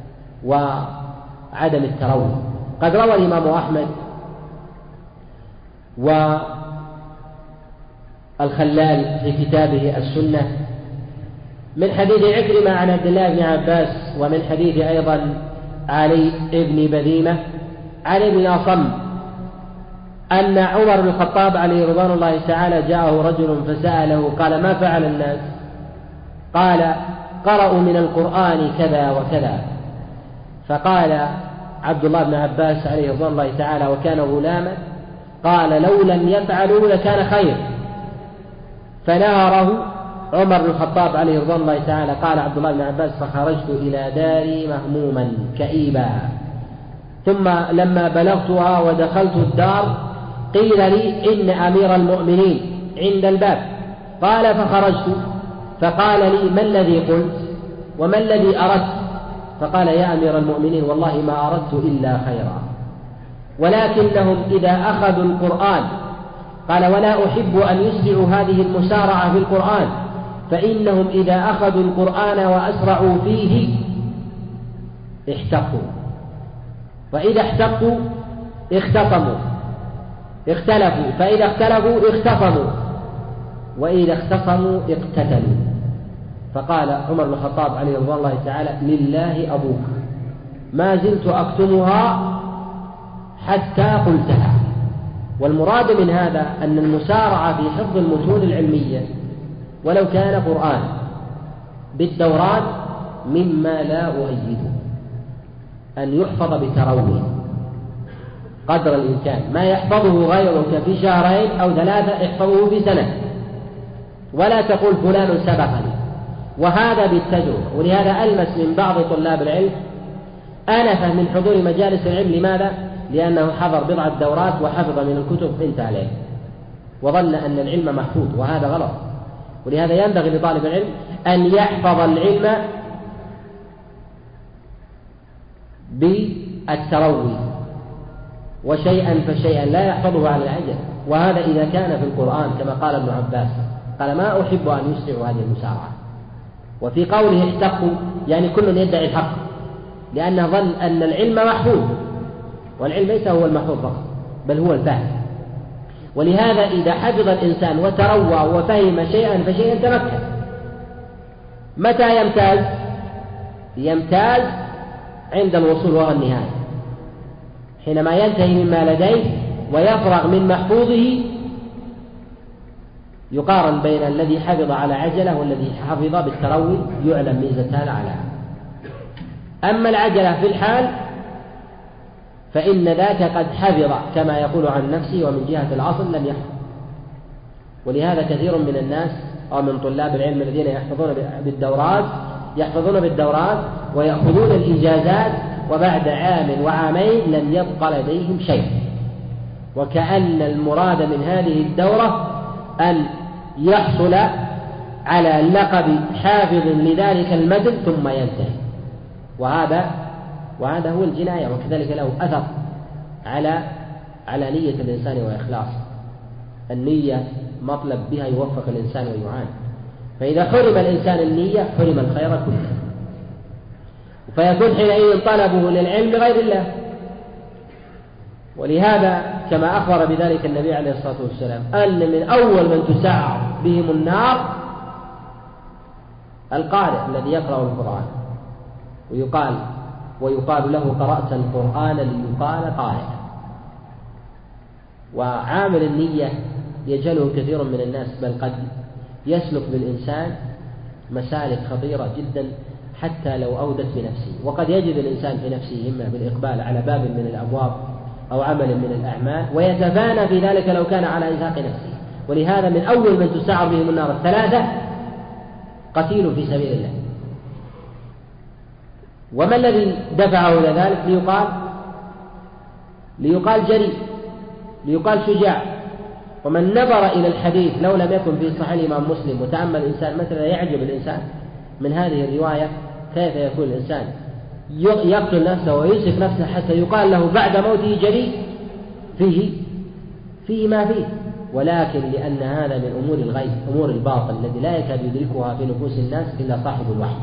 وعدم التروي. قد روى الإمام أحمد والخلال في كتابه السنة من حديث عكرمة عن عبد الله بن عباس، ومن حديث أيضا علي بن بذيمة عن ابن أصم أن عمر بن الخطاب عليه رضوان الله تعالى جاءه رجل فسأله قال: ما فعل الناس؟ قال: قرأوا من القرآن كذا وكذا. فقال عبد الله بن عباس عليه رضوان الله تعالى وكان غلاما، قال: لو لم يفعلوا لكان خير. فنهره عمر بن الخطاب عليه رضوان الله تعالى. قال عبد الله بن عباس: فخرجت إلى داري مهموما كئيبا، ثم لما بلغتها ودخلت الدار قيل لي إن أمير المؤمنين عند الباب. قال: فخرجت فقال لي: ما الذي قلت وما الذي أردت؟ فقال: يا أمير المؤمنين والله ما أردت إلا خيرا، ولكنهم إذا أخذوا القرآن، قال: ولا أحب أن يسرعوا هذه المسارعة في القرآن، فإنهم إذا أخذوا القرآن وأسرعوا فيه احتقوا، وإذا احتقوا اختلفوا، فإذا اختلفوا اختصموا، وإذا اختصموا اقتتلوا. فقال عمر بن الخطاب عليه رضوان الله تعالى: لله أبوك، ما زلت أكتمها حتى قلتها. والمراد من هذا أن المسارعة في حفظ المتون العلمية ولو كان قرآن بالدورات مما لا أؤيده، أن يحفظ بتروي قدر الإمكان، ما يحفظه غيرك في 2 أو 3 احفظه في سنة. ولا تقول فلان سبقني، وهذا بالتجربة. ولهذا ألمس من بعض طلاب العلم أنفه من حضور مجالس العلم. لماذا؟ لأنه حضر بضعة دورات وحفظ من الكتب انتهى عليه وظن أن العلم محفوظ، وهذا غلط. ولهذا ينبغي لطالب العلم أن يحفظ العلم بالتروي وشيئا فشيئا، لا يحفظه على العجل. وهذا إذا كان في القرآن كما قال ابن عباس قال ما أحب أن يسرعوا هذه المسارعة. وفي قوله احتقوا يعني كل يدعي الحق، لأنه ظن أن العلم محفوظ، والعلم ليس هو المحفوظ فقط بل هو الفهم. ولهذا إذا حفظ الإنسان وتروى وفهم شيئا فشيئا تمكن. متى يمتاز؟ يمتاز عند الوصول وهو النهاية، حينما ينتهي مما لديه ويفرغ من محفوظه، يقارن بين الذي حفظ على عجلة والذي حفظ بالتروي، يعلم ميزة هذا على هذا. أما العجلة في الحال فإن ذاك قد حفظ كما يقول عن نفسه، ومن جهة الأصل لم يحفظ. ولهذا كثير من الناس أو من طلاب العلم الذين يحفظون بالدورات ويأخذون الإجازات، وبعد عام وعامين لم يبق لديهم شيء، وكأن المراد من هذه الدورة أن يحصل على لقب حافظ لذلك المتن ثم ينتهي. وهذا هو الجناية، وكذلك له أثر على نية الإنسان وإخلاصه. النية مطلب بها يوفق الإنسان ويعان، فإذا حرم الإنسان النية حرم الخير كله، فيكون حينئذ طلبه للعلم لغير الله. ولهذا كما أخبر بذلك النبي عليه الصلاة والسلام أن من أول من تسعر بهم النار القارئ الذي يقرأ القرآن، ويقال له قرأت القرآن ليقال قارئ. وعامل النية يجهله كثير من الناس، بل قد يسلك بالإنسان مسالك خطيرة جدا حتى لو أودت بنفسه. وقد يجد الإنسان في نفسه همة بالإقبال على باب من الأبواب أو عمل من الأعمال، ويتفانى في ذلك لو كان على إزهاق نفسه. ولهذا من أول من تسعر بهم النار الثلاثة قتيل في سبيل الله. وما الذي دفعه إلى ذلك؟ ليقال جريء، ليقال شجاع. ومن نظر إلى الحديث لو لم يكن في صحيح الإمام مسلم وتأمل الإنسان مثلا يعجب الإنسان من هذه الرواية كيف يكون الإنسان يقتل نفسه ويوسف نفسه حتى يقال له بعد موته جريء، فيه ما فيه. ولكن لأن هذا من أمور الغيب، أمور الباطل الذي لا يكاد يدركها في نفوس الناس إلا صاحب الوحي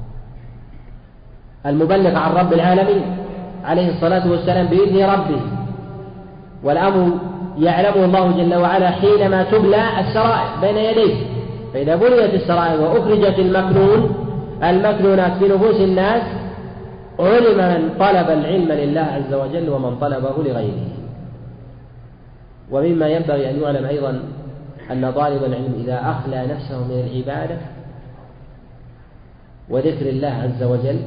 المبلغ عن رب العالمين عليه الصلاة والسلام بإذن ربه. والأمر يعلمه الله جل وعلا حينما تبلى السرائر بين يديه. فإذا بليت السرائر وأخرجت المكنونات في نفوس الناس علم من طلب العلم لله عز وجل ومن طلبه لغيره. ومما ينبغي أن يعلم أيضا أن طالب العلم إذا أخلى نفسه من العبادة وذكر الله عز وجل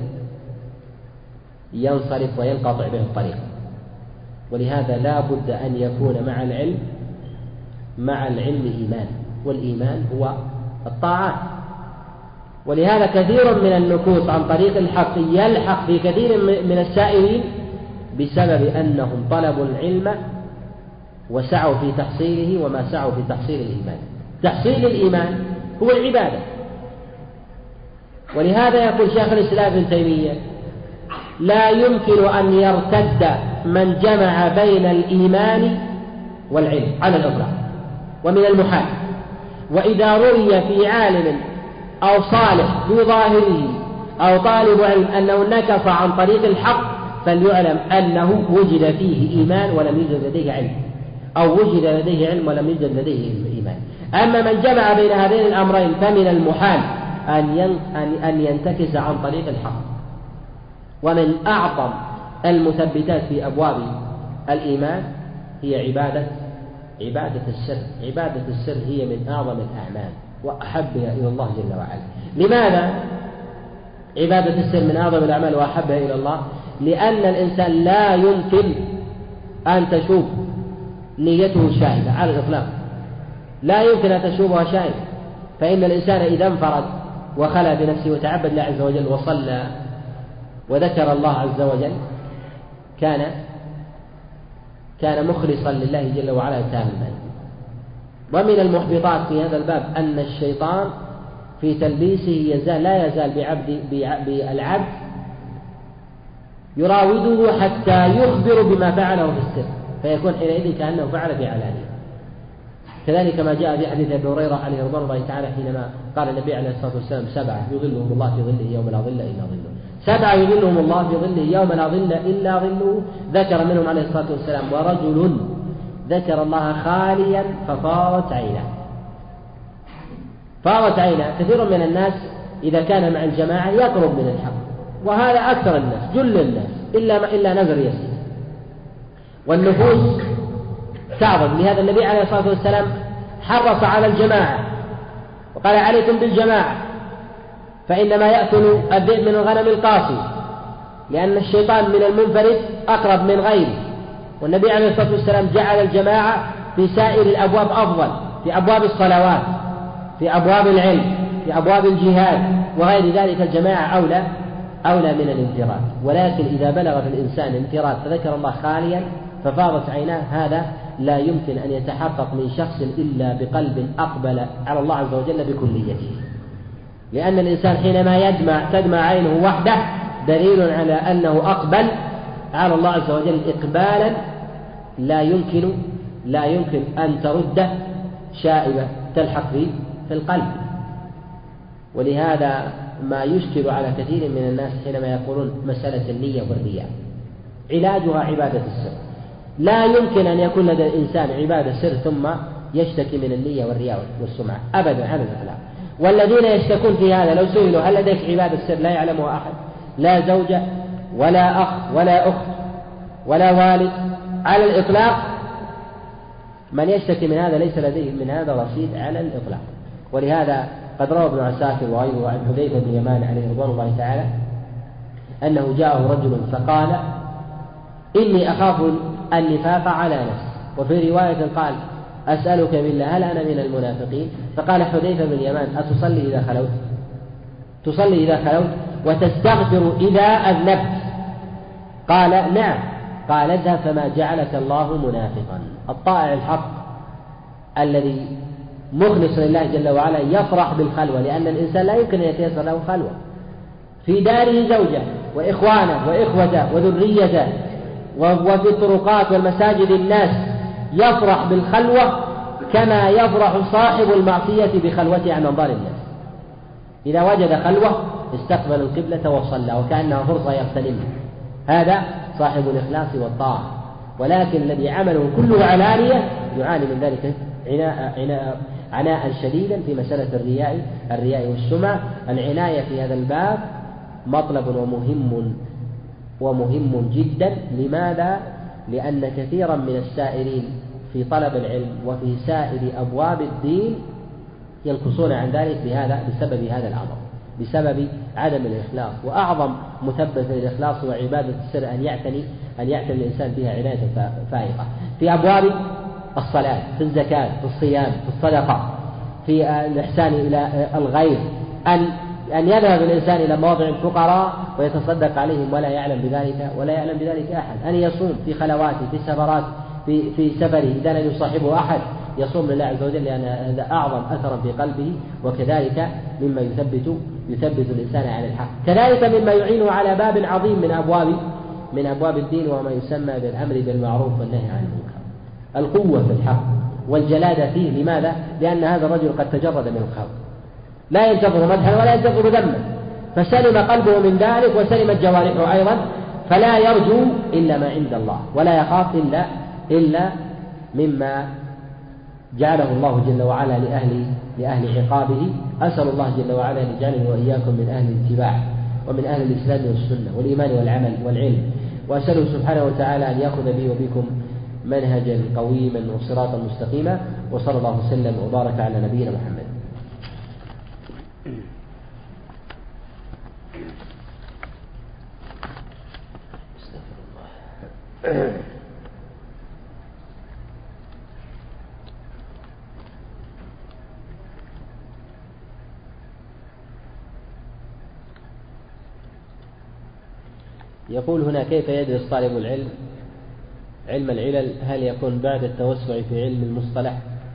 ينصرف وينقطع به الطريق. ولهذا لا بد أن يكون مع العلم إيمان، والإيمان هو الطاعات. ولهذا كثير من النكوص عن طريق الحق يلحق في كثير من السائرين بسبب أنهم طلبوا العلم وسعوا في تحصيله وما سعوا في تحصيل الإيمان. تحصيل الإيمان هو العبادة. ولهذا يقول شيخ الإسلام ابن تيمية لا يمكن أن يرتد من جمع بين الإيمان والعلم على الإطلاق، ومن المحال. وإذا رؤي في عالم أو صالح في ظاهره أو طالب علم أنه نكص عن طريق الحق فليعلم أنه وجد فيه إيمان ولم يوجد لديه علم، أو وجد لديه علم ولم يوجد لديه إيمان. أما من جمع بين هذين الأمرين فمن المحال أن ينتكس عن طريق الحق. ومن أعظم المثبتات في أبواب الإيمان هي عبادة السر. عبادة السر هي من أعظم الأعمال وأحبها إلى الله جل وعلا. لماذا عبادة السر من أعظم الأعمال وأحبها إلى الله؟ لأن الإنسان لا يمكن أن تشوف نيته شاهدة على الإطلاق، لا يمكن أن تشوفها شاهدة. فإن الإنسان إذا انفرد وخلى بنفسه وتعبد الله عز وجل وصلى وذكر الله عز وجل كان مخلصا لله جل وعلا تاما. ومن المحبطات في هذا الباب أن الشيطان في تلبيسه لا يزال بالعبد يراوده حتى يخبر بما فعله في السر، فيكون حينئذ كأنه فعل في علانية. كذلك ما جاء في حديث أبي هريرة عليه رضوان الله تعالى حينما قال النبي عليه الصلاة والسلام 7 يظلهم الله في ظله يوم لا ظل إلا ظله، 7 يظلهم الله في ظله يوم لا ظل إلا ظله، ذكر منهم عليه الصلاة والسلام ورجل ذكر الله خاليا ففاضت عينه. فاضت عينه. كثير من الناس إذا كان مع الجماعة يقرب من الحق، وهذا أكثر الناس جل الناس إلا نذر يسير، والنفوس تعظم. لهذا النبي عليه الصلاة والسلام حرص على الجماعة وقال عليكم بالجماعة، فإنما يأكل الذئب من الغنم القاصي، لأن الشيطان من المنفرد أقرب من غيره. والنبي عليه الصلاة والسلام جعل الجماعة في سائر الأبواب أفضل، في أبواب الصلوات، في أبواب العلم، في أبواب الجهاد وغير ذلك. الجماعة أولى من الانفراد. ولكن إذا بلغ في الإنسان انفراد فذكر الله خاليا ففاضت عيناه، هذا لا يمكن أن يتحقق من شخص إلا بقلب أقبل على الله عز وجل بكليته. لأن الإنسان حينما تدمع عينه وحده دليل على أنه أقبل على الله عز وجل إقبالا لا يمكن أن ترد شائبة تلحق في القلب. ولهذا ما يشكل على كثير من الناس حينما يقولون مسألة النية والرياء، علاجها عبادة السر. لا يمكن أن يكون لدى الإنسان عبادة سر ثم يشتكي من النية والرياء والسمعة أبدا على الإطلاق. والذين يشتكون في هذا لو سئلوا هل لديك عبادة سر لا يعلمها أحد، لا زوجة ولا أخ ولا أخت ولا والد على الإطلاق، من يشتكي من هذا ليس لديه من هذا رصيد على الإطلاق. ولهذا قد روى ابن عساكر وغيره عن حذيفة بن اليمان عليه رضوان الله تعالى أنه جاءه رجل فقال إني أخاف النفاق على نفسي، وفي رواية قال أسألك بالله هل أنا من المنافقين؟ فقال حذيفة بن اليمان أتصلي إذا خلوت؟ تصلي إذا خلوت وتستغفر إذا أذنبت؟ قال نعم. قال اذهب فما جعلك الله منافقا. الطائع الحق الذي مخلص لله جل وعلا يفرح بالخلوة، لأن الإنسان لا يمكن أن يتيسر له خلوة. في داره زوجة وإخوانه وإخوته وذريته وفي الطرقات والمساجد الناس يفرح بالخلوة كما يفرح صاحب المعصية بخلوته عن أنظار الناس. إذا وجد خلوة استقبل القبلة وصلى وكأنها فرصة يغتنمها، هذا صاحب الإخلاص والطاعة. ولكن الذي عمله كله علانية يعاني من ذلك عناء شديدا في مسألة الرياء والسمعة. العناية في هذا الباب مطلب ومهم جدا. لماذا؟ لأن كثيرا من السائرين في طلب العلم وفي سائر أبواب الدين ينقصون عن ذلك بسبب هذا الأمر، بسبب عدم الإخلاص. وأعظم مثبت للإخلاص هو عبادة السر، أن يعتني الإنسان بها عناية فائقة في أبواب الصلاة، في الزكاة، في الصيام، في الصدقة، في الإحسان إلى الغير، أن يذهب الإنسان إلى مواضع الفقراء ويتصدق عليهم ولا يعلم بذلك أحد، أن يصوم في خلواته، في سفرات، في سفره إذا لم يصاحبه أحد يصوم لله عز وجل، لأن هذا أعظم أثرا في قلبه، وكذلك مما يثبت الإنسان على الحق. كذلك مما يعينه على باب عظيم من أبواب الدين، وما يسمى بالأمر بالمعروف والنهي عن المنكر، القوة في الحق والجلادة فيه. لماذا؟ لأن هذا الرجل قد تجرد من الخلق، لا ينتظر مدحا ولا ينتظر ذما، فسلم قلبه من ذلك وسلمت جوارحه أيضا، فلا يرجو إلا ما عند الله ولا يخاف إلا مما جعله الله جل وعلا لأهل عقابه. أسأل الله جل وعلا أن يجعلني وإياكم من أهل الاتباع ومن أهل الإسلام والسنة والإيمان والعمل والعلم، وأسأله سبحانه وتعالى أن يأخذ بي وبكم منهجا قويما وصراطا مستقيما، وصلى الله وسلم وبارك على نبينا محمد. يقول هنا: كيف يدرس طالب العلم علم العلل؟ هل يكون بعد التوسع في علم المصطلح؟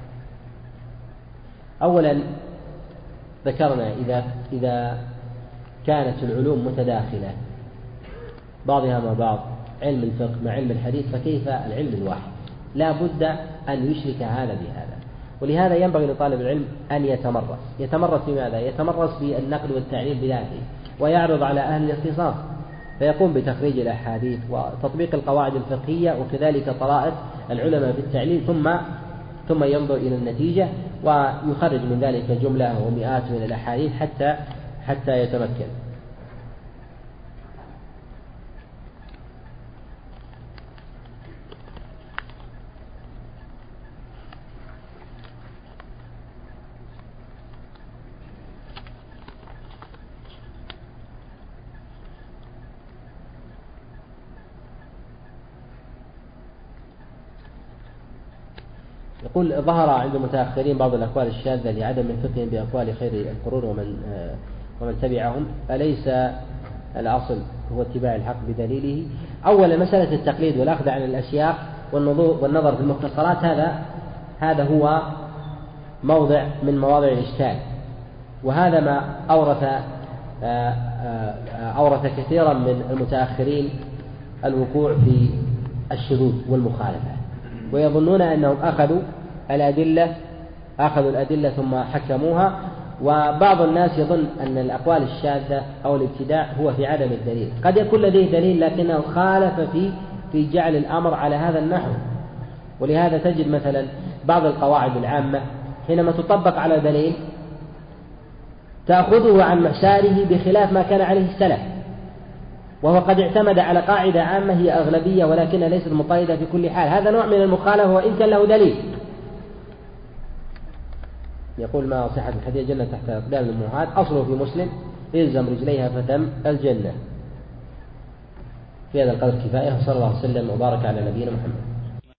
أولا ذكرنا إذا كانت العلوم متداخلة بعضها مع بعض، علم الفقه مع علم الحديث، فكيف العلم الواحد؟ لا بد أن يشرك هذا بهذا. ولهذا ينبغي لطالب العلم أن يتمرس بماذا؟ يتمرس بالنقل والتعليل بذاته، ويعرض على أهل الاختصاص، فيقوم بتخريج الأحاديث وتطبيق القواعد الفقهية وكذلك طرائق العلماء في التعليل، ثم ينظر إلى النتيجة ويخرج من ذلك جملة ومئات من الأحاديث حتى يتمكن. يقول: ظهر عند المتأخرين بعض الأقوال الشاذة لعدم فقههم بأقوال خير القرون ومن تبعهم، أليس الأصل هو اتباع الحق بدليله؟ أولا مسألة التقليد والأخذ عن الأشياء والنظر في المختصرات، هذا هو موضع من مواضع الإشكال، وهذا ما أورث كثيرا من المتأخرين الوقوع في الشذوذ والمخالفة، ويظنون أنهم أخذوا الأدلة ثم حكموها. وبعض الناس يظن أن الأقوال الشاذة أو الابتداع هو في عدم الدليل، قد يكون لديه دليل لكنه خالف في جعل الأمر على هذا النحو. ولهذا تجد مثلا بعض القواعد العامة حينما تطبق على دليل تأخذه عن مساره بخلاف ما كان عليه السلف، وهو قد اعتمد على قاعدة عامة هي أغلبية ولكنها ليست مقيدة في كل حال. هذا نوع من المخالفة وإن كان له دليل. يقول: ما صحة الحديث جنة تحت أقدام الأمهات؟ أصله في مسلم: إلزم رجليها فتم الجنة. في هذا القدر كفاية، وصلى الله وسلم وبارك على نبينا محمد.